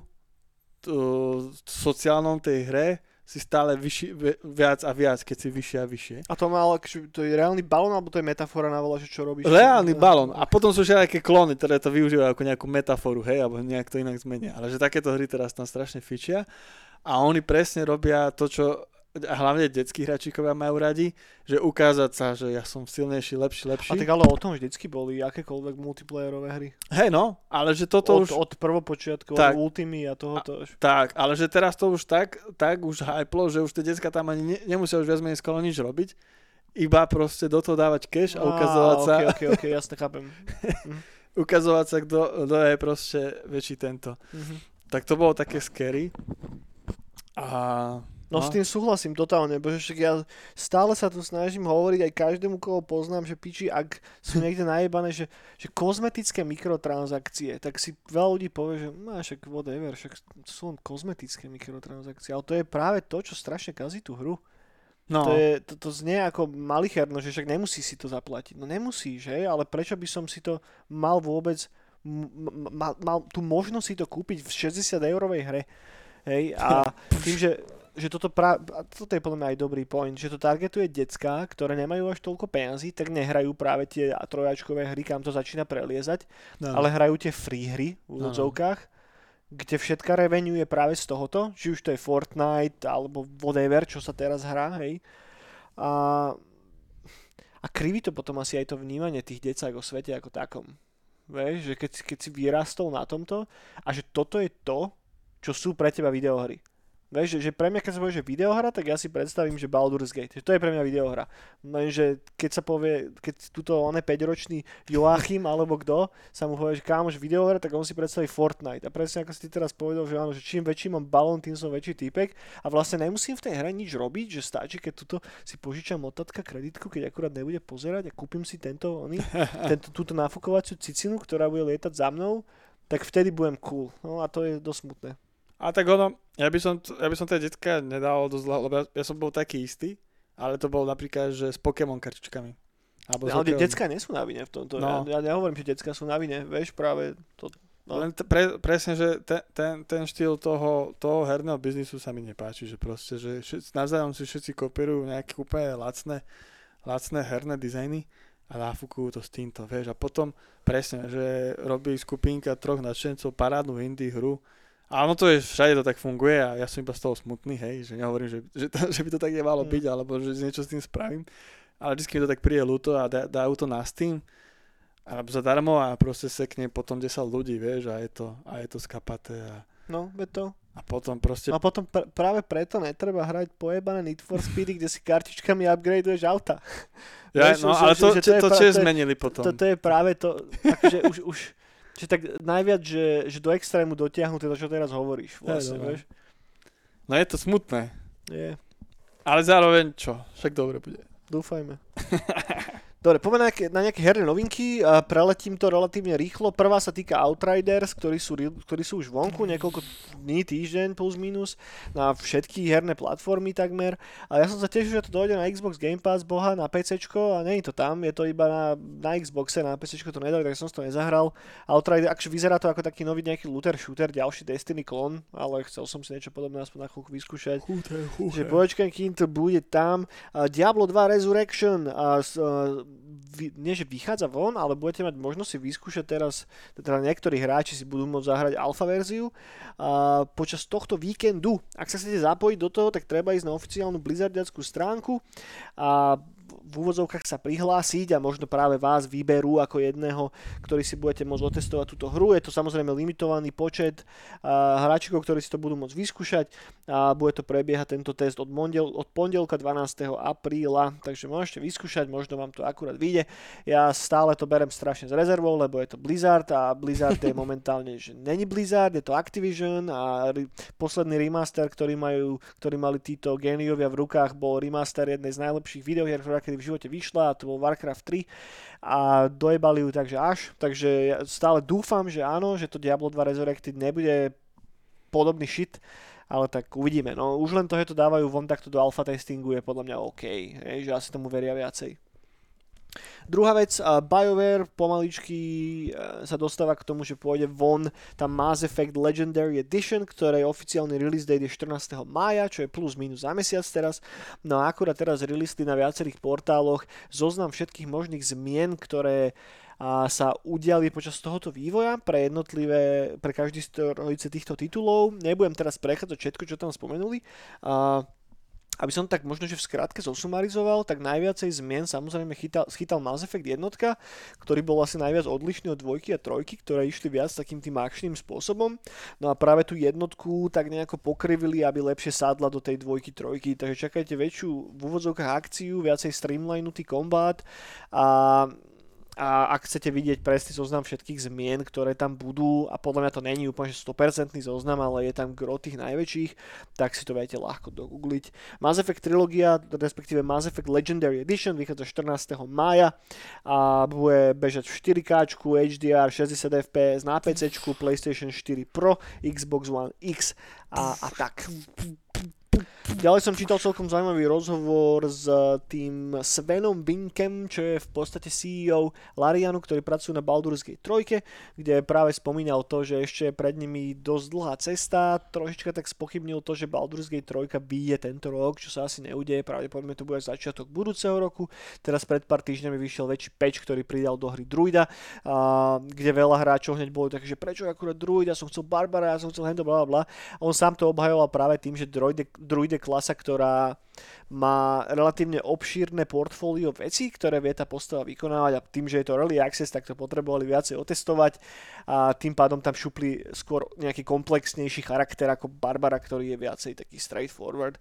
sociálnom tej hre si stále viac a viac, keď si vyššie a vyššie. A to to je reálny balón, alebo to je metafora na voľa, že čo robíš? Reálny balón. A potom sú všetké klony, ktoré to využívajú ako nejakú metaforu, hej, alebo nejak to inak zmenia. Ale že takéto hry teraz tam strašne fičia. A oni presne robia to, čo hlavne detskí hračíkovia majú radi, že ukázať sa, že ja som silnejší, lepší. A tak ale o tom vždycky boli akékoľvek multiplayerové hry. Hej no, ale že toto už... Od prvopočiatku, tak, od Ultimy a tohoto. Tak, ale že teraz to už tak už hyplo, že už tie decka tam ani nemusia už viac menej skoro nič robiť, iba proste do toho dávať cash a ukazovať sa... OK, jasne, chápem. Ukazovať sa, kto je proste väčší tento. Tak to bolo také scary. A No s tým súhlasím totálne, pretože však ja stále sa tu snažím hovoriť aj každému, koho poznám, že piči, ak sú niekde najebané, že kozmetické mikrotransakcie, tak si veľa ľudí povie, že však whatever, však sú len kozmetické mikrotransakcie, ale to je práve to, čo strašne kazí tú hru. No. To znie ako malicherno, že však nemusí si to zaplatiť. No nemusí, že? Ale prečo by som si to mal vôbec, mal tú možnosť si to kúpiť v 60-eurovej hre? Hej? A tým, že toto je podľa mňa aj dobrý point, že to targetuje decká, ktoré nemajú až toľko peňazí, tak nehrajú práve tie trojačkové hry, kam to začína preliezať, ale hrajú tie free hry v úvodzovkách, kde všetká revenue je práve z tohoto, či už to je Fortnite alebo whatever, čo sa teraz hrá, hej. A kriví to potom asi aj to vnímanie tých decák o svete ako takom. Vieš, že keď si vyrastol na tomto a že toto je to, čo sú pre teba videohry. Vieš, že pre mňa, keď sa povie, že videohra, tak ja si predstavím, že Baldur's Gate. Že to je pre mňa videohra. Lenže keď sa povie, keď tuto on je 5-ročný Joachim alebo kto, sa mu povie, že kámoš videohra, tak on si predstaví Fortnite. A presne ako si ty teraz povedal, že áno, že čím väčší mám balón, tým som väčší týpek. A vlastne nemusím v tej hre nič robiť, že stačí, keď tuto si požičam od tatka kreditku, keď akurát nebude pozerať a kúpim si túto nafukovaciu cicinu, ktorá bude lietať za mnou, tak vtedy budem cool. No a to je dosť smutné. A tak ono, ja by som teda detka nedal dosť dlho, lebo ja som bol taký istý, ale to bol napríklad, že s Pokémon kartičkami. Ale decká nie sú na vine v tomto. No. Ja nehovorím, že decká sú na vine, vieš, práve to. No. Len presne, že ten štýl toho herného biznisu sa mi nepáči, že proste, že navzájom si všetci kopírujú nejaké úplne lacné herné dizajny a nafúkujú to s týmto, vieš. A potom presne, že robí skupinka 3 nadšencov parádnu indie hru. Áno, to je, všade to tak funguje a ja som iba z toho smutný, hej, že nehovorím, že by to tak nemalo byť, alebo že niečo s tým spravím, ale vždy mi to tak príde ľúto a dajú to na Steam alebo zadarmo a proste sekne potom 10 ľudí, vieš, a je to skapaté a... No, veď to. A potom proste... A potom práve preto netreba hrať pojebané Need for Speedy, kde si kartičkami upgradeuješ auta. Ja, vieš, no, ale to tiež zmenili potom. To je práve to, akože už že tak najviac, že do extrému dotiahnu to, čo teraz hovoríš. Vlastne, vieš? No je to smutné. Je. Ale zároveň čo? Však dobre bude. Dúfajme. Dobre, poďme na nejaké herné novinky a preletím to relatívne rýchlo. Prvá sa týka Outriders, ktorí sú už vonku, niekoľko dní, týždeň plus minus, na všetky herné platformy takmer. A ja som sa tešil, že to dojde na Xbox Game Pass, boha, na PCčko a nie je to tam, je to iba na Xboxe, na PCčko to nedali, tak som to nezahral. Outriders, akže vyzerá to ako taký nový nejaký looter shooter, ďalší Destiny klon, ale chcel som si niečo podobné aspoň na chvíľku vyskúšať. Že počkaj, kým to bude tam. Diablo 2 Resurrection nie že vychádza von, ale budete mať možnosť si vyskúšať teraz, teda niektorí hráči si budú môcť zahrať alfa verziu počas tohto víkendu. Ak sa chcete zapojiť do toho, tak treba ísť na oficiálnu blizzardiackú stránku a v úvodzovkách sa prihlásiť a možno práve vás vyberú ako jedného, ktorý si budete môcť otestovať túto hru. Je to samozrejme limitovaný počet hráčikov, ktorí si to budú môcť vyskúšať a bude to prebiehať tento test od pondelka 12. apríla, takže môžete vyskúšať, možno vám to akurát vyjde. Ja stále to berem strašne s rezervou, lebo je to Blizzard a Blizzard je momentálne, že není Blizzard, je to Activision a posledný remaster, ktorý mali títo géniovia v rukách, bol remaster jednej z najlepších videohier, ktorá kedy v živote vyšla, a to bol Warcraft 3 a dojebali ju takže ja stále dúfam, že áno, že to Diablo 2 Resurrected nebude podobný shit, ale tak uvidíme. No už len to, že to dávajú von takto do alfa testingu je podľa mňa OK, že asi tomu veria viacej. Druhá vec, BioWare pomaličky sa dostáva k tomu, že pôjde von tá Mass Effect Legendary Edition, ktorej oficiálny release date je 14. mája, čo je plus minus za mesiac teraz. No a akurát teraz releasli na viacerých portáloch zoznam všetkých možných zmien, ktoré sa udiali počas tohoto vývoja pre každý z týchto titulov. Nebudem teraz prechádzať všetko, čo tam spomenuli. Aby som tak možno, že v skratke zosumarizoval, tak najviacej zmien samozrejme chytal Mass Effect 1, ktorý bol asi najviac odlišný od 2 a 3, ktoré išli viac takým tým akčným spôsobom. No a práve tú jednotku tak nejako pokrivili, aby lepšie sadla do tej 2, 3, takže čakajte väčšiu v úvodzovkách akciu, viacej streamlinutý kombat a A ak chcete vidieť presný zoznam všetkých zmien, ktoré tam budú, a podľa mňa to není úplne 100% zoznam, ale je tam gro tých najväčších, tak si to viete ľahko dogoogliť. Mass Effect trilógia, respektíve Mass Effect Legendary Edition, vychádza 14. mája a bude bežať v 4K, HDR, 60 FPS na PC, PlayStation 4 Pro, Xbox One X a tak. Ďalej som čítal celkom zaujímavý rozhovor s tým Svenom Vinkem, čo je v podstate CEO Larianu, ktorý pracuje na Baldur's Gate 3, kde práve spomínal to, že ešte je pred nimi dosť dlhá cesta, trošička tak spochybnil to, že Baldur's Gate 3 vyjde tento rok, čo sa asi neudeje, pravdepodobne to bude začiatok budúceho roku. Teraz pred pár týždňami vyšiel väčší patch, ktorý pridal do hry Druida, kde veľa hráčov hneď bolo tak, že prečo akurát Druida, som chcel Barbara, ja som chcel hento, blablabla. On sám to obhajoval práve tým, že Druid je klasa, ktorá má relatívne obšírne portfólio vecí, ktoré vie tá postava vykonávať, a tým, že je to early access, tak to potrebovali viacej otestovať a tým pádom tam šupli skôr nejaký komplexnejší charakter ako Barbara, ktorý je viacej taký straightforward.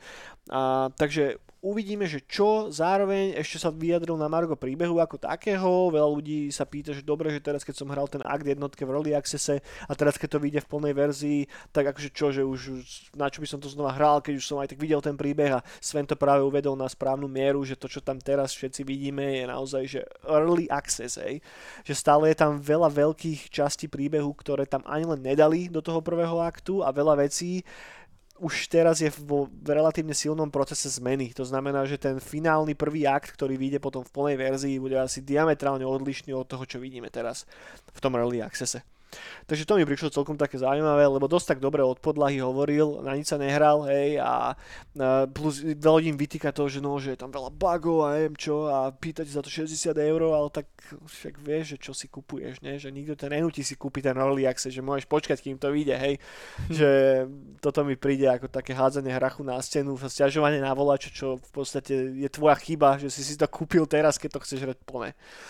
Takže uvidíme, že čo. Zároveň ešte sa vyjadril na margo príbehu ako takého. Veľa ľudí sa pýta, že dobre, že teraz keď som hral ten akt jednotke v early accesse a teraz keď to vyjde v plnej verzii, tak akože čo, že už na čo by som to znova hral, keď už som aj tak videl ten príbeh, a Sven to práve uvedol na správnu mieru, že to, čo tam teraz všetci vidíme, je naozaj, že early access, že stále je tam veľa veľkých častí príbehu, ktoré tam ani len nedali do toho prvého aktu, a veľa vecí už teraz je vo relatívne silnom procese zmeny. To znamená, že ten finálny prvý akt, ktorý vyjde potom v plnej verzii, bude asi diametrálne odlišný od toho, čo vidíme teraz v tom early accesse. Takže to mi prišlo celkom také zaujímavé, lebo dosť tak dobre od podlahy hovoril, na nič sa nehral, hej, a plus veľa ľudí vytýka to, že no, že je tam veľa bugov a neviem čo, a pýtať za to 60 €, ale tak však vieš, že čo si kupuješ, ne? Že nikto te nenúti si kúpiť ten early access, že môžeš počkať, kým to vyjde, hej, že toto mi príde ako také hádzanie hrachu na stenu, sťažovanie na volača, čo v podstate je tvoja chyba, že si to kúpil teraz, keď to chceš hrať plné.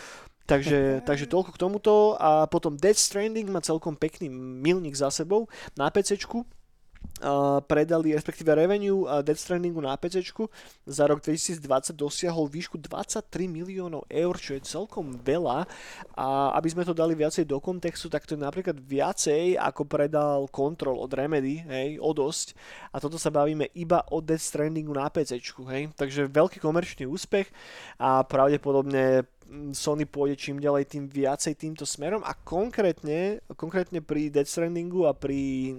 Takže toľko k tomuto, a potom Death Stranding má celkom pekný milník za sebou na PCčku. Predali, respektíve revenue Death Strandingu na PCčku za rok 2020 dosiahol výšku 23 miliónov eur, čo je celkom veľa, a aby sme to dali viacej do kontextu, tak to je napríklad viacej ako predal Control od Remedy, hej, o dosť, a toto sa bavíme iba o Death Strandingu na PCčku, hej, takže veľký komerčný úspech a pravdepodobne Sony pôjde čím ďalej tým viacej týmto smerom, a konkrétne pri Death Strandingu a pri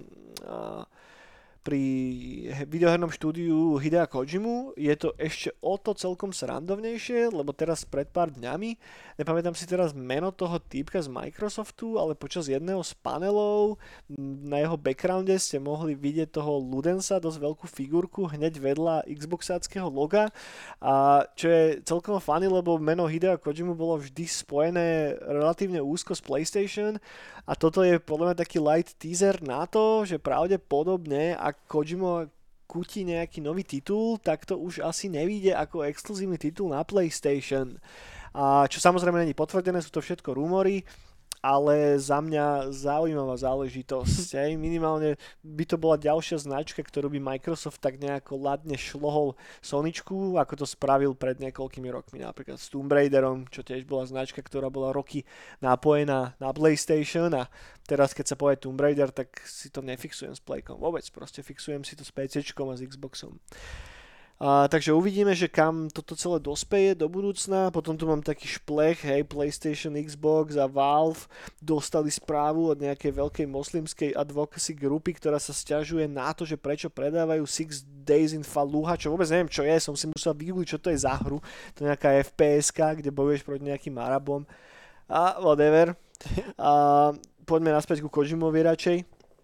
videohernom štúdiu Hidea Kojimu je to ešte o to celkom srandovnejšie, lebo teraz pred pár dňami, nepamätám si teraz meno toho týpka z Microsoftu, ale počas jedného z panelov na jeho backgrounde ste mohli vidieť toho Ludensa, dosť veľkú figurku hneď vedľa Xboxáckého loga, a čo je celkom funny, lebo meno Hidea Kojimu bolo vždy spojené relatívne úzko s PlayStation, a toto je podľa mňa taký light teaser na to, že pravdepodobne, ak Kojima kúti nejaký nový titul, tak to už asi nevíde ako exkluzívny titul na PlayStation. A čo samozrejme není potvrdené, sú to všetko rumory, ale za mňa zaujímavá záležitosť. Minimálne by to bola ďalšia značka, ktorú by Microsoft tak nejako ladne šlohol Sonyčku, ako to spravil pred niekoľkými rokmi, napríklad s Tomb Raiderom, čo tiež bola značka, ktorá bola roky napojená na PlayStation, a teraz keď sa povie Tomb Raider, tak si to nefixujem s Playkom vôbec, proste fixujem si to s PCčkom a s Xboxom. Takže uvidíme, že kam toto celé dospeje do budúcna. Potom tu mám taký šplech, hej, PlayStation, Xbox a Valve dostali správu od nejakej veľkej moslimskej advocacy grupy, ktorá sa sťažuje na to, že prečo predávajú 6 Days in Fallujah, čo vôbec neviem, čo je, som si musel vygoogliť, čo to je za hru. To je nejaká FPS-ka, kde bojuješ proti nejakým Arabom a whatever. Poďme naspäť ku Kojimovi radšej.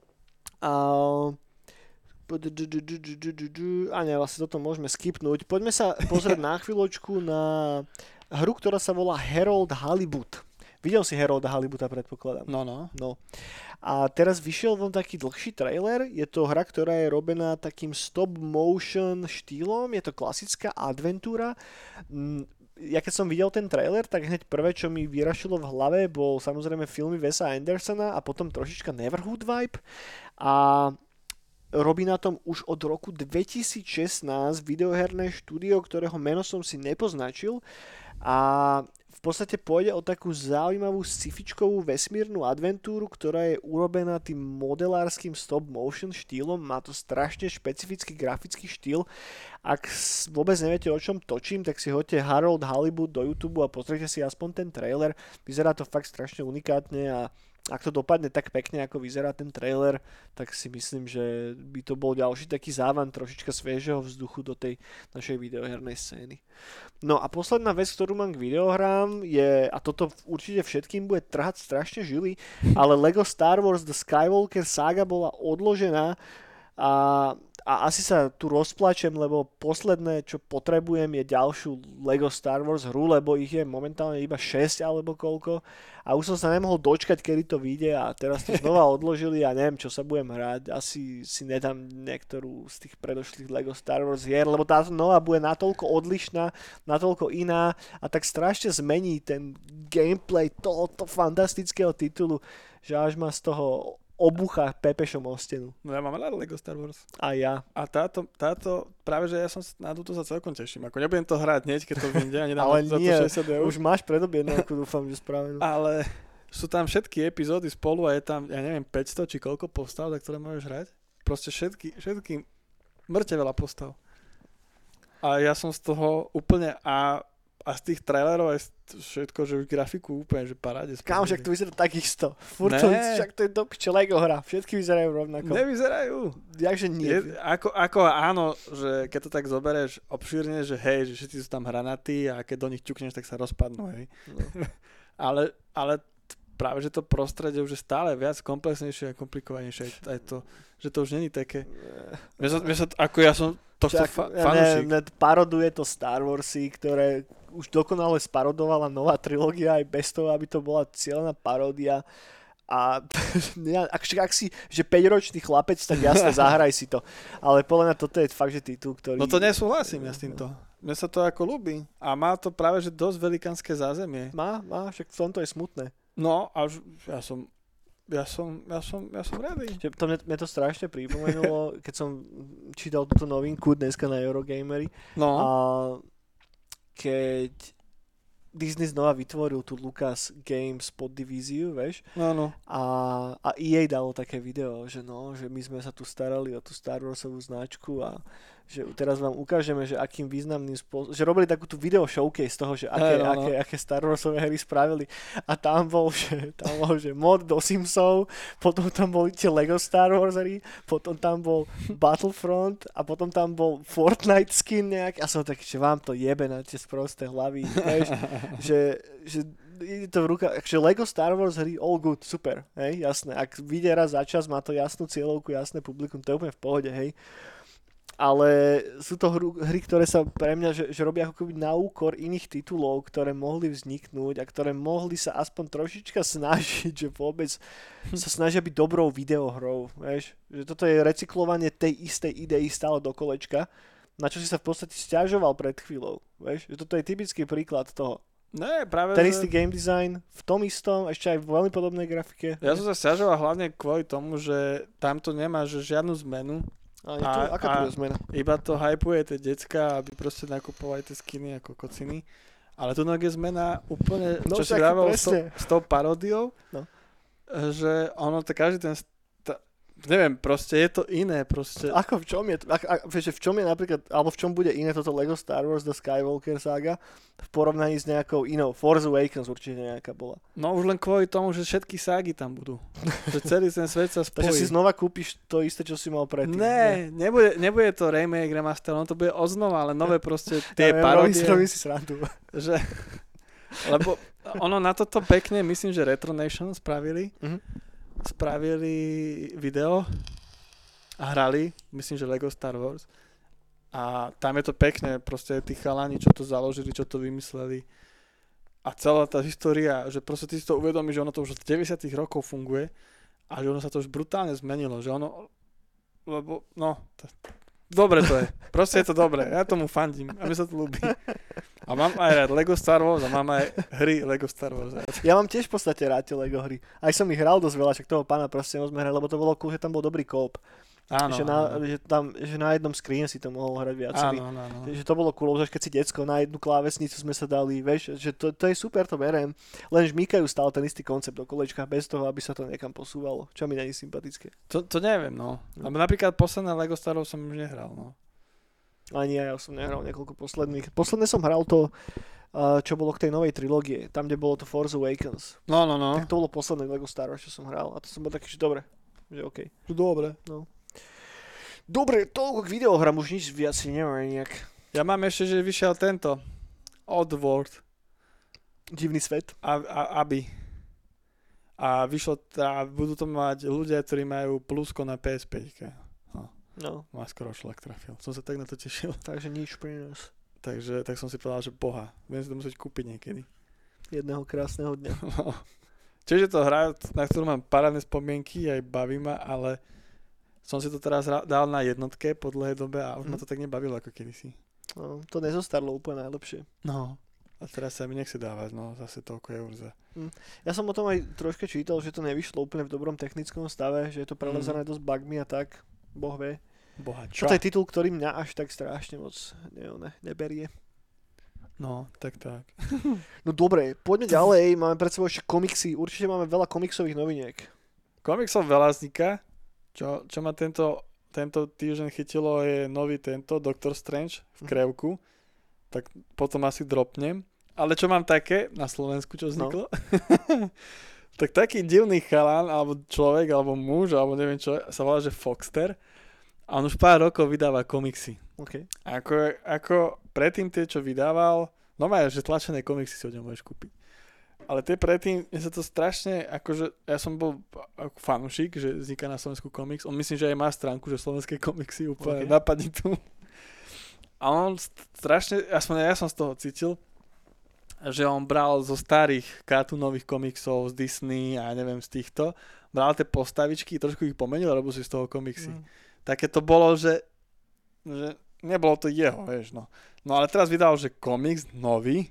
A ne, vlastne toto môžeme skipnúť. Poďme sa pozrieť na chvíľočku na hru, ktorá sa volá Harold Halibut. Videl si Harolda Halibuta, predpokladám. No. A teraz vyšiel von taký dlhší trailer. Je to hra, ktorá je robená takým stop motion štýlom. Je to klasická adventúra. Ja keď som videl ten trailer, tak hneď prvé, čo mi vyrašilo v hlave, bol samozrejme filmy Wesa Andersona a potom trošička Neverhood vibe. A robí na tom už od roku 2016 videoherné štúdio, ktorého meno som si nepoznačil, a v podstate pôjde o takú zaujímavú sci-fičkovú vesmírnu adventúru, ktorá je urobená tým modelárskym stop motion štýlom. Má to strašne špecifický grafický štýl. Ak vôbec neviete, o čom točím, tak si hoďte Harold Hollywood do YouTube a pozrite si aspoň ten trailer. Vyzerá to fakt strašne unikátne a ak to dopadne tak pekne, ako vyzerá ten trailer, tak si myslím, že by to bol ďalší taký závan trošička sviežeho vzduchu do tej našej videohernej scény. No a posledná vec, ktorú mám k videohrám je, a toto určite všetkým bude trhať strašne žily, ale Lego Star Wars The Skywalker Saga bola odložená a asi sa tu rozplačem, lebo posledné, čo potrebujem, je ďalšiu Lego Star Wars hru, lebo ich je momentálne iba 6 alebo koľko. A už som sa nemohol dočkať, kedy to vyjde a teraz to znova odložili a neviem, čo sa budem hrať. Asi si nedám niektorú z tých predošlých Lego Star Wars hier, lebo táto nová bude natoľko odlišná, natoľko iná a tak strašne zmení ten gameplay tohoto fantastického titulu, že až ma z toho obucha pepešom o stenu. No ja mám rád Lego Star Wars. A ja. A táto, práve že ja som na túto sa celkom teším. Ako nebudem to hrať hneď, keď to vyjde a nedám ale za nie, to 60 eur. už máš predobjednávku, dúfam, že spravenú. Ale sú tam všetky epizódy spolu a je tam, ja neviem, 500 či koľko postav, za ktoré môžeš hrať. Proste všetky mŕte veľa postav. A ja som z toho úplne a z tých trailerov aj všetko, že už grafiku úplne, že paráde. Kámo, však to vyzerá takisto. Furt to, však to je do piče Lego hra. Všetky vyzerajú rovnako. Nevyzerajú. Jakže nie. Ako áno, že keď to tak zoberieš obšírne, že hej, že všetci sú tam hranatí a keď do nich ťukneš, tak sa rozpadnú, hej. No. ale práve, že to prostredie už je stále viac komplexnejšie a komplikovanejšie. Aj to, že to už není také. Ako ja som tohto fanúšik. Paroduje to Star Warsy, ktoré už dokonale sparodovala nová trilógia aj bez toho, aby to bola cieľná paródia. A ak si, že 5-ročný chlapec, tak jasne, zahraj si to. Ale podľa mňa toto je fakt, že titul, ktorý... No to nesúhlasím ja s týmto. Mne sa to ako ľúbi. A má to práve, že dosť velikánske zázemie. Má, však v tomto je smutné. No a ja som radý. To mne to strašne pripomenulo, keď som čítal túto novinku dneska na Eurogamery. No. A keď Disney znova vytvoril tú Lucas Games poddivíziu, vieš? No. A EA dalo také video, že my sme sa tu starali o tú Star Warsovú značku a že teraz vám ukážeme, že akým významným spôsobom, že robili takú tú video showcase toho, že aké Star Warsové hry spravili a tam bol, že mod do Simsov, potom tam boli tie Lego Star Wars hry, potom tam bol Battlefront a potom tam bol Fortnite skin nejak a som taký, že vám to jebe na tie sprosté hlavy, vieš, že ide to v rukách, že Lego Star Wars hry all good, super, hej, jasné, ak vyjde raz za čas, má to jasnú cieľovku, jasné publikum, to je úplne v pohode, hej. Ale sú to hry, ktoré sa pre mňa, že robia ako keby na úkor iných titulov, ktoré mohli vzniknúť a ktoré mohli sa aspoň trošička snažiť, že vôbec sa snažia byť dobrou videohrou, vieš. Že toto je recyklovanie tej istej idei stále do kolečka, na čo si sa v podstate sťažoval pred chvíľou, vieš. Že toto je typický príklad toho. Ne, práve ten istý game design, v tom istom, ešte aj v veľmi podobnej grafike. Ja som sa sťažoval hlavne kvôli tomu, že tamto nemáš žiadnu zmenu. Aká tu je zmena? Iba to hypuje tie decka, aby proste nakupovali tie skiny ako kociny. Ale tu je zmena úplne, čo si dával s tou paródiou, že ono to každý ten... Neviem, proste je to iné, proste. Ako v čom je? V čom je napríklad, alebo v čom bude iné toto Lego Star Wars The Skywalker Saga v porovnaní s nejakou inou? Force Awakens určite nejaká bola. No už len kvôli tomu, že všetky ságy tam budú. Že celý ten svet sa spojí. Takže si znova kúpiš to isté, čo si mal predtým. Nebude to remake, remaster, ono to bude oznova, ale nové proste tie paródie. Robím si srandu. Lebo ono na toto pekne, myslím, že Retro Nation spravili video a hrali, myslím, že Lego Star Wars. A tam je to pekné, proste tí chalani, čo to založili, čo to vymysleli. A celá tá história, že proste ty si to uvedomíš, že ono to už od 90 rokov funguje a že ono sa to už brutálne zmenilo, že ono, lebo, dobre to je. Proste je to dobré. Ja tomu fandím. A mi sa to ľúbi. A mám aj rád Lego Star Wars a mám aj hry Lego Star Wars. Ja mám tiež v podstate rád tie Lego hry. Aj som ich hral dosť veľa, však toho pána proste sme hrali, lebo to bolo cool, že tam bol dobrý kóp. Áno, že na jednom screene si to mohol hrať viacerí. Áno. Že to bolo cool, že keď si decko, na jednu klávesnicu sme sa dali, vieš, že to je super, to berem. Len žmýkajú stále ten istý koncept do kolečka, bez toho, aby sa to niekam posúvalo, čo mi není sympatické. To neviem, no. Lebo napríklad posledné Lego Star Wars som už nehral, no. Ani ja som nehral niekoľko posledných. Posledné som hral to, čo bolo k tej novej trilógie, tam, kde bolo to Force Awakens. No. Tak to bolo posledné Lego Star Wars, čo som hral. A to som bol taký, že dobre, že okej. Dobre. No. Dobre, toľko k videohrám, už nič viac si nemám nejak. Ja mám ešte, že vyšiel tento Oddworld. Divný svet. Aby. A vyšlo, budú to mať ľudia, ktorí majú plusko na PS5. No. Má skoro šlak trafil. Som sa tak na to tešil. Takže nič pre nás. Takže tak som si povedal, že boha, budem si to musieť kúpiť niekedy. Jedného krásneho dňa. No. Čiže to hra, na ktorú mám parádne spomienky, aj baví ma, ale som si to teraz dal na jednotke po dlhej dobe a už ma to tak nebavilo ako kedysi. No, to nezostarlo úplne najlepšie. No. A teraz sa mi nechce dávať, no zase toľko eur za. Ja som o tom aj troška čítal, že to nevyšlo úplne v dobrom technickom stave, že je to prelezané dosť bugmi a tak. Boh vie. Boha, čo? To je titul, ktorý mňa až tak strašne moc neberie. No, tak. No dobre, poďme ďalej. Máme pred sebou ešte komiksy. Určite máme veľa komiksových noviniek. Komiksov veľa vzniká. Čo ma tento týždeň chytilo je nový Doctor Strange v krevku. Tak potom asi dropnem. Ale čo mám také na Slovensku, čo vzniklo? No. Tak taký divný chalan, alebo človek, alebo muž, alebo neviem čo, sa volá, že Foxter. A on už pár rokov vydáva komiksy. Okay. Ako predtým tie, čo vydával, no majú, že tlačené komiksy si od ňom môžeš kúpiť. Ale tie predtým, mne sa to strašne, akože ja som bol fanúšik, že vzniká na Slovensku komiks. On myslím, že aj má stránku, že slovenské komiksy úplne napadni tu. A on strašne, aspoň ja som z toho cítil, že on bral zo starých cartoonových komiksov z Disney a neviem z týchto, bral tie postavičky, trošku ich pomenil a robil si z toho komiksy. Také to bolo, že nebolo to jeho, vieš, no. No ale teraz vydal, že komiks nový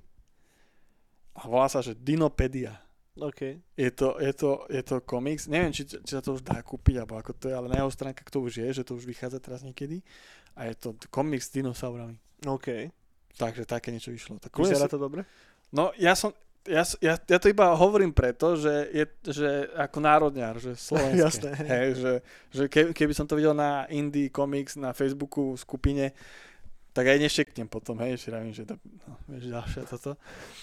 a volá sa, že Dinopedia. OK. Je to komiks, neviem, či sa to už dá kúpiť, alebo ako to je, ale na jeho stránkach to už je, že to už vychádza teraz niekedy. A je to komiks s dinosaurami. OK. Takže také niečo vyšlo. Tak vyzerá to dobre? No, ja to iba hovorím preto, že ako národňar, že slovenské. Jasné. Hej, že keby som to videl na Indie Comics, na Facebooku v skupine, tak aj nešteknem potom, hej, že vravím, že vieš, ďalšie toto.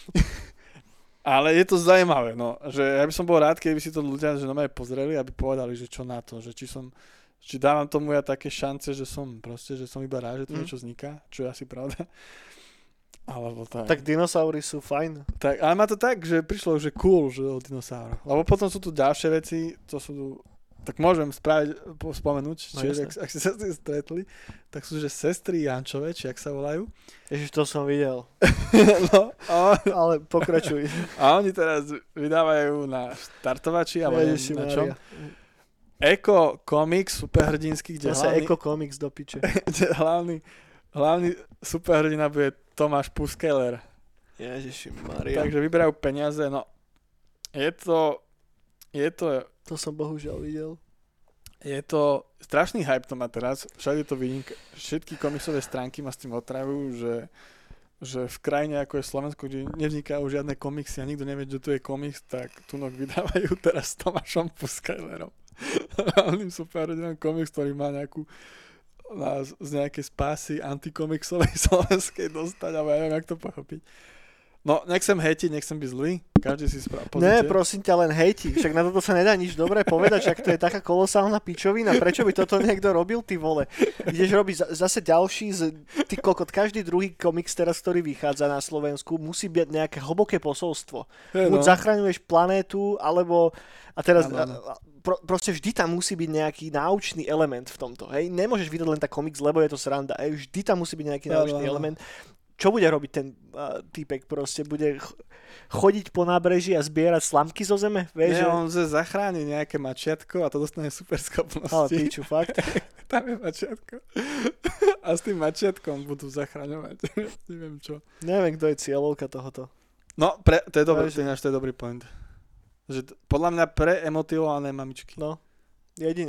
Ale je to zaujímavé, no, že ja by som bol rád, keby si to ľudia, že aj pozreli, aby povedali, že čo na to, že či dávam tomu ja také šance, že som iba rád, že to niečo vzniká, čo je asi pravda. Alebo tak. Tak dinosaury sú fajn. Tak, ale má to tak, že prišlo, že cool, že o dinosauroch. Lebo potom sú tu ďalšie veci, tak môžem spomenúť, čiže ak ste sa s tým stretli, tak sú, že sestry Jančové, či ak sa volajú. Ježiš, to som videl. No, ale pokračuj. A oni teraz vydávajú na štartovači, alebo neviem na čom. Eko komiks superhrdinský, kde hlavný... Eko komiks do piče. Hlavný superhrdina bude Tomáš Puskeler. Ježišimaria. Takže vyberajú peniaze, no. Je to... To som bohužiaľ videl. Je to... Strašný hype to má teraz. Všade to vidím. Všetky komiksové stránky ma s tým otravujú, že v krajine ako je Slovensko, kde nevznikajú žiadne komiksy a nikto nevie, že tu je komiks, tak tunok vydávajú teraz s Tomášom Puskelerom. Hlavným superhrdinom komiks, ktorý má nejakú z nejakej spásy antikomiksovej slovenskej dostať, ale ja neviem, jak to pochopiť. No, nechcem hejtiť, nechcem byť zlý. Každý si pozrite. Ne, prosím ťa, len hejti. Však na toto sa nedá nič dobré povedať, však to je taká kolosálna pičovina. Prečo by toto niekto robil, ty vole? Ideš robiť zase ďalší, ty kokot, každý druhý komiks teraz, ktorý vychádza na Slovensku, musí byť nejaké hlboké posolstvo. Buď zachraňuješ planétu, alebo... A teraz... Proste vždy tam musí byť nejaký náučný element v tomto. Hej? Nemôžeš vydať len tak komiks, lebo je to sranda. Hej? Vždy tam musí byť nejaký náučný element. Čo bude robiť ten týpek proste? Bude chodiť po nábreží a zbierať slamky zo zeme? Vieš, on zachráni nejaké mačiatko a to dostane super schopnosti. Ale píču, fakt. Tam je mačiatko. A s tým mačiatkom budú zachraňovať. Neviem čo. Neviem, kto je cieľovka tohoto. No, to je dobrý point. Že podľa mňa pre emotivované mamičky. No, jedine.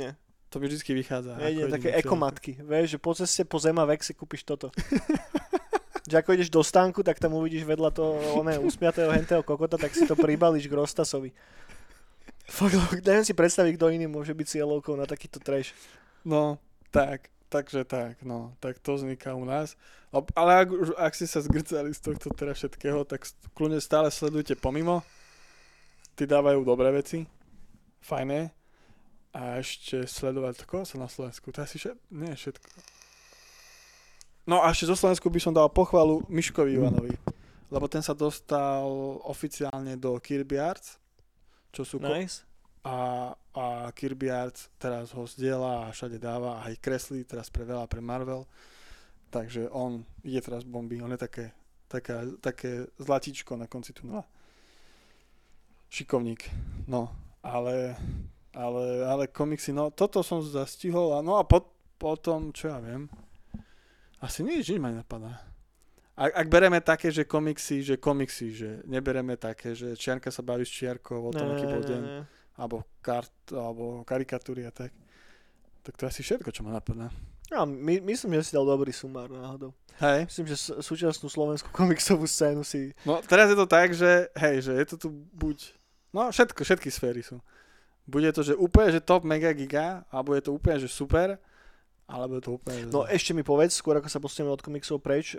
To mi vždycky vychádza. Nie, také ekomatky. Vieš, že po ceste po Zemavek si kúpiš toto. Že ako ideš do stánku, tak tam uvidíš vedľa toho usmiatého hentého kokota, tak si to pribalíš k Rostasovi. Fakt, neviem si predstaviť, kto iný môže byť cieľovkou na takýto trash. No, takže tak, no. Tak to vzniká u nás. Ale ak si sa zgrcali z tohto teda všetkého, tak kľudne stále sledujte pomimo. Tí dávajú dobré veci. Fajné. A ešte sledovať koho sa na Slovensku. To asi nie všetko. No a ešte zo Slovensku by som dal pochvalu Miškovi Ivanovi. Lebo ten sa dostal oficiálne do Kirby Arts. Čo sú nice. A Kirby Arts teraz ho zdieľa a všade dáva a aj kreslí teraz pre Marvel. Takže on ide teraz bomby. On je také zlatíčko na konci tunela. Šikovník. No, ale komiksy, no toto som zastihol a no a potom, čo ja viem, asi nič ma nenapadá. Ak bereme také, že komiksy, že nebereme také, že čiarka sa baví s čiarkou o tom, aký bol deň, alebo karikatúry a tak to je asi všetko, čo ma napadá. No, myslím, že si dal dobrý sumár náhodou. Hej. Myslím, že súčasnú slovenskú komiksovú scénu si... No teraz je to tak, že že je to tu buď... No všetky sféry sú. Bude to, že úplne, že top mega giga, alebo je to úplne, že super, alebo je to úplne... No ešte mi povedz, skôr ako sa postaneme od komiksov preč,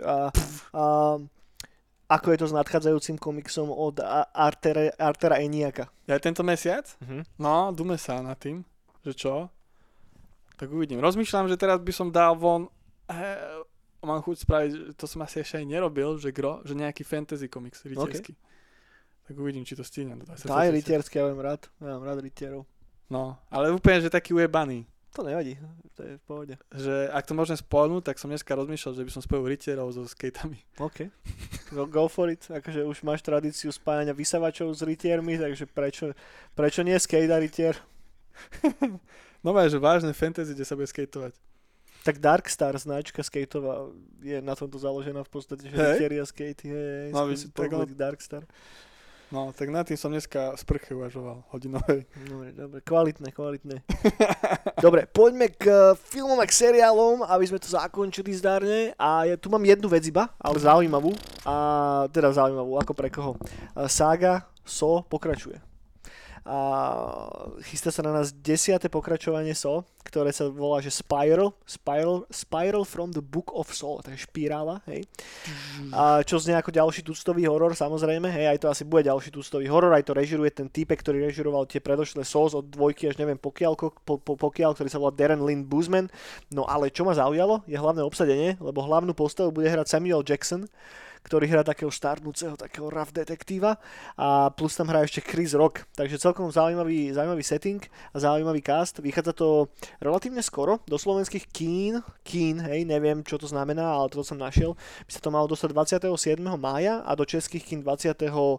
ako je to s nadchádzajúcim komiksom od Artera Eniaka? Ja tento mesiac? Uh-huh. No, dume sa nad tým, že čo? Tak uvidím. Rozmýšľam, že teraz by som dal von... mám chuť spraviť, to som asi ešte aj nerobil, že nejaký fantasy komiks rytierský. Okay. Tak uvidím, či to stihnem. Aj rytierský, ja mám rád rytierov. No, ale úplne, že taký ujebaný. To nevadí, to je v pohode. Že ak to môžem spojenúť, tak som dneska rozmýšľal, že by som spojil rytierov so skatami. OK. Go for it. Akože už máš tradíciu spájania vysavačov s rytiermi, takže prečo nie skate a rytier? No že vážne fantasy, kde sa bude skateovať. Tak Darkstar, značka skateová, je na tomto založená v podstate, že rytieri a skatey. No, Darkstar. No, tak na tým som dneska sprche uvažoval, hodinovej. Dobre, kvalitné. Dobre, poďme k filmom a k seriálom, aby sme to zakončili zdárne. A ja tu mám jednu vec iba, ale zaujímavú. Zaujímavú, ako pre koho. Sága So pokračuje. A chystá sa na nás 10. pokračovanie So, ktoré sa volá, že Spiral from the Book of Saw, takže špirála, hej. A čo znie ako ďalší tuctový horor, samozrejme, hej, aj to asi bude ďalší tuctový horor, aj to režiruje ten týpek, ktorý režiroval tie predošlé Saws od 2 až neviem pokiaľ, ktorý sa volá Darren Lynn Bousman. No ale čo ma zaujalo, je hlavné obsadenie, lebo hlavnú postavu bude hrať Samuel Jackson, ktorý hrá takého starnúceho, takého rough detektíva a plus tam hrá ešte Chris Rock. Takže celkom zaujímavý setting a zaujímavý cast. Vychádza to relatívne skoro do slovenských kín, hej, neviem čo to znamená, ale toto som našiel. By sa to malo dostať 27. mája a do českých kín 24.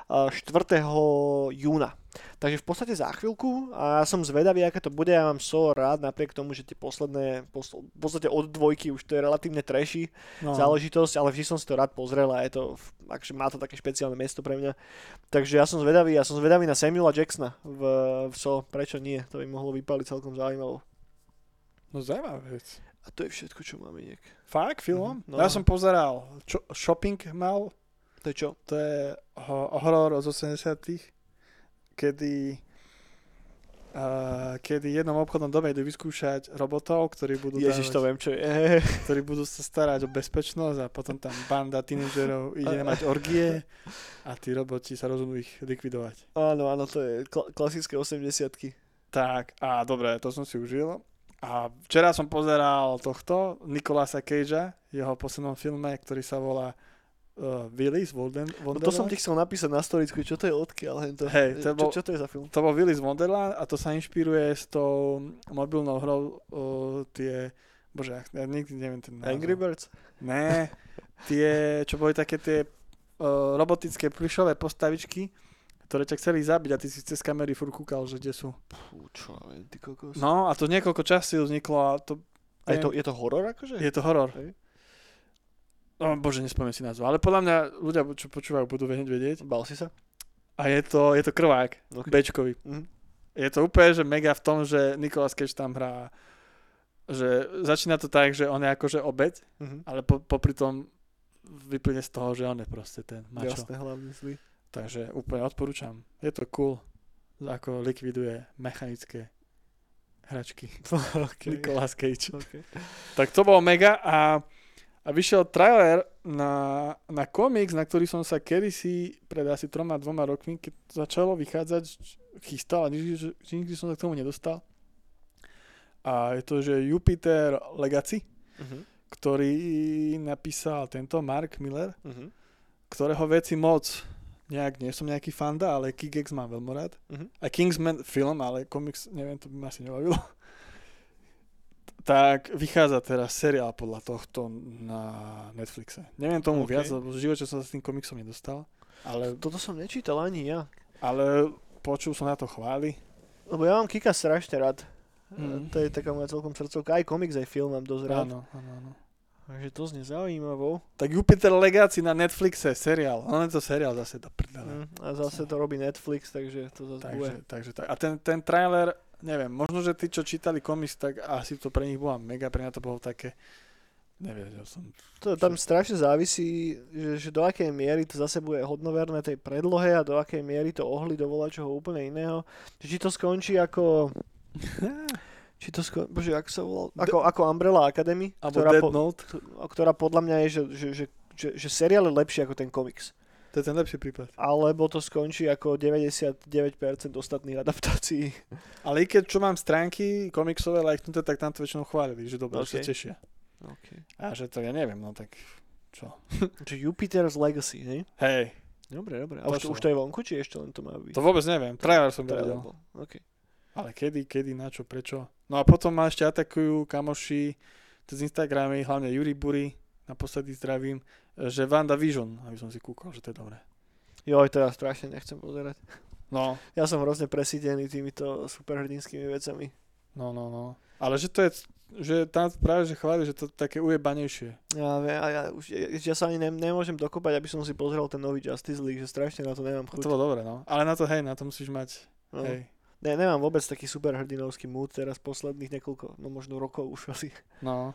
júna. Takže v podstate za chvíľku a ja som zvedavý, aké to bude, ja mám rád, napriek tomu, že tie posledné, v podstate od 2 už to je relatívne trashy záležitosť, ale vždy som si to rád pozrel a je to, akože má to také špeciálne miesto pre mňa. Takže ja som zvedavý na Samuela Jacksona v So, prečo nie, to by mohlo vypáliť celkom zaujímavo. No zaujímavá vec. A to je všetko, čo máme nejak. Fakt, filmom? No. Ja som pozeral, Shopping mal. To je čo? To je horor z 80-tých. Kedy v jednom obchodnom dome idú vyskúšať robotov, ktorí budú to viem, čo je. Ktorí budú sa starať o bezpečnosť a potom tam banda tínedžerov ide mať orgie a tí roboti sa rozhodnú ich likvidovať. Áno, to je klasické 80-ky. Tak, a dobre, to som si užil. A včera som pozeral tohto Nicolasa Cagea, jeho poslednom filme, ktorý sa volá Willy's Wonderland. No to som ti chcel napísať na storičku, čo to je odkiaľ. Čo to je za film? To bol Willy's Wonderland a to sa inšpiruje s tou mobilnou hrou ja nikdy neviem ten názov. Angry Birds? Ne, tie, čo boli také tie robotické plyšové postavičky, ktoré ťa chceli zabiť a ty si cez kamery furt kúkal, že kde sú. Čo, ty kokos. No a to niekoľko časí vzniklo a to... je to horor akože? Je to horor. Hej. No bože, nespomínam si názov, ale podľa mňa ľudia, čo počúvajú, budú vedieť. Bal si sa? A je to krvák, okay. Bčkový. Je to úplne, že mega v tom, že Nicolas Cage tam hrá, že začína to tak, že on je akože obeť, ale popri tom vyplyne z toho, že on je proste ten mačo. Jasné, hlavne zlý. Takže úplne odporúčam. Je to cool, ako likviduje mechanické hračky. Okay. Nicolas Cage. Okay. Tak to bolo mega a vyšiel trailer na komiks, na ktorý som sa kedysi pred asi 3-2 rokmi, keď začalo vychádzať, chystal a nikdy som sa k tomu nedostal. A je to, že Jupiter Legacy, ktorý napísal tento Mark Miller, ktorého veci moc nejak, nie som nejaký fanda, ale Kick-Ax mám veľmi rád. A Kingsman film, ale komiks, neviem, to by ma asi nebavilo. Tak vychádza teraz seriál podľa tohto na Netflixe. Neviem tomu viac, lebo v živote som sa s tým komiksom nedostal. Ale toto som nečítal ani ja. Ale počul som na to chvály. Lebo ja mám Kika strašne rád. To je taká moja celkom srdcovka. Aj komiks, aj film mám dosť rád. Áno. Takže to znie zaujímavo. Tak Jupiter Legacy na Netflixe, seriál. On je to seriál zase do prdele. A zase to robí Netflix, takže to zase bude. Takže tak. A ten trailer, neviem, možno, že tí, čo čítali komiks, tak asi to pre nich bola mega, pre mňa to bolo také, nevedel som. To tam strašne závisí, že do akej miery to zase bude hodnoverné tej predlohe a do akej miery to ohli do volačoho úplne iného. Či to skončí ako... Bože, ako sa volal? Ako Umbrella Academy, ktorá podľa mňa je, že seriál je lepší ako ten komiks. To je ten lepší prípad. Alebo to skončí ako 99% ostatných adaptácií. Ale i keď čo mám stránky komiksové lajknuté, tak tam to väčšinou chválili, že dobre, že sa tešia. Okay. A že to ja neviem, no tak čo? Čiže Jupiter's Legacy, hej? Hej. Dobre. A už to je vonku, či ešte len to má byť? To vôbec neviem, trailer som videl. Okay. Ale kedy, na čo, prečo? No a potom ma ešte atakujú kamoši cez Instagramy, hlavne Juri Buri, naposledy zdravím, že WandaVision, aby som si kúkol, že to je dobré. Joj, to ja strašne nechcem pozerať. No. Ja som hrozne presítený týmito superhrdinskými vecami. No. Ale že to je, že tam práve, že chváli, že to je také ujebanejšie. Ja sa ani nemôžem dokopať, aby som si pozrel ten nový Justice League, že strašne na to nemám chuť. To bolo dobré, no. Ale na to musíš mať, hej. Nemám vôbec taký superhrdinovský mood teraz posledných niekoľko, možno rokov už asi. No.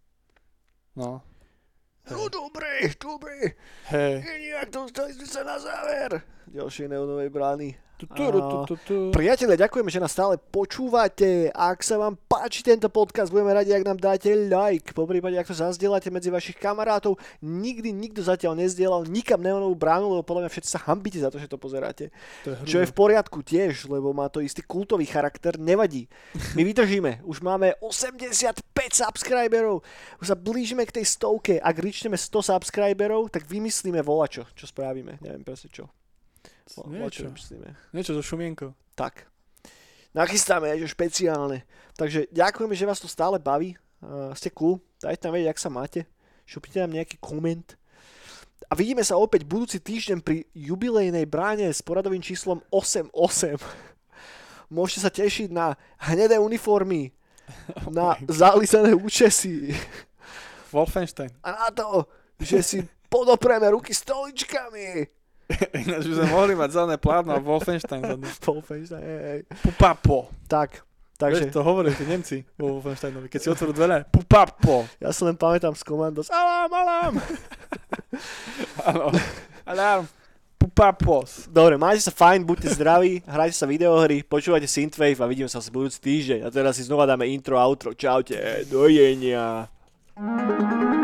No dobre. Hej. Nejak dostali sme sa na záver ďalšej Neonovej brány. Priatelia, ďakujeme, že nás stále počúvate. Ak sa vám páči tento podcast, budeme radi, ak nám dáte like. Po prípade, ak to zazdielate medzi vašich kamarátov. Nikdy nikto zatiaľ nezdielal nikam Neonovú bránu, lebo podľa mňa všetci sa hanbíte za to, že to pozeráte. Čo je v poriadku tiež, lebo má to istý kultový charakter, nevadí. My vydržíme. Už máme 85 subscriberov. Už sa blížime k tej 100. Ak ričneme 100 subscriberov, tak vymyslíme volačo, čo spravíme. Neviem presne čo. Niečo so šumienkou. Tak. Nachystáme niečo špeciálne. Takže ďakujeme, že vás to stále baví. Ste cool. Dajte nám vedieť, ak sa máte. Šupnite nám nejaký koment. A vidíme sa opäť budúci týždeň pri jubilejnej bráne s poradovým číslom 88. Môžete sa tešiť na hnedé uniformy, na zalisané účesy. Wolfenstein. A na to, že si podopreme ruky stoličkami. Ináč by sme mohli mať zelené plátno a Wolfenstein. Hej. Pupapo. Takže... Vieš, to hovorí tí Nemci vo Wolfensteinovi. Keď si otvorú dvere, pupapo. Ja sa len pamätám z Commandos. Alarm! Áno. Alarm. Pupapos. Dobre, majte sa fajn, buďte zdraví, hrajte sa videohry, počúvajte Synthwave a vidíme sa budúci týždeň. A teraz si znova dáme intro, outro. Čaute, dojenia.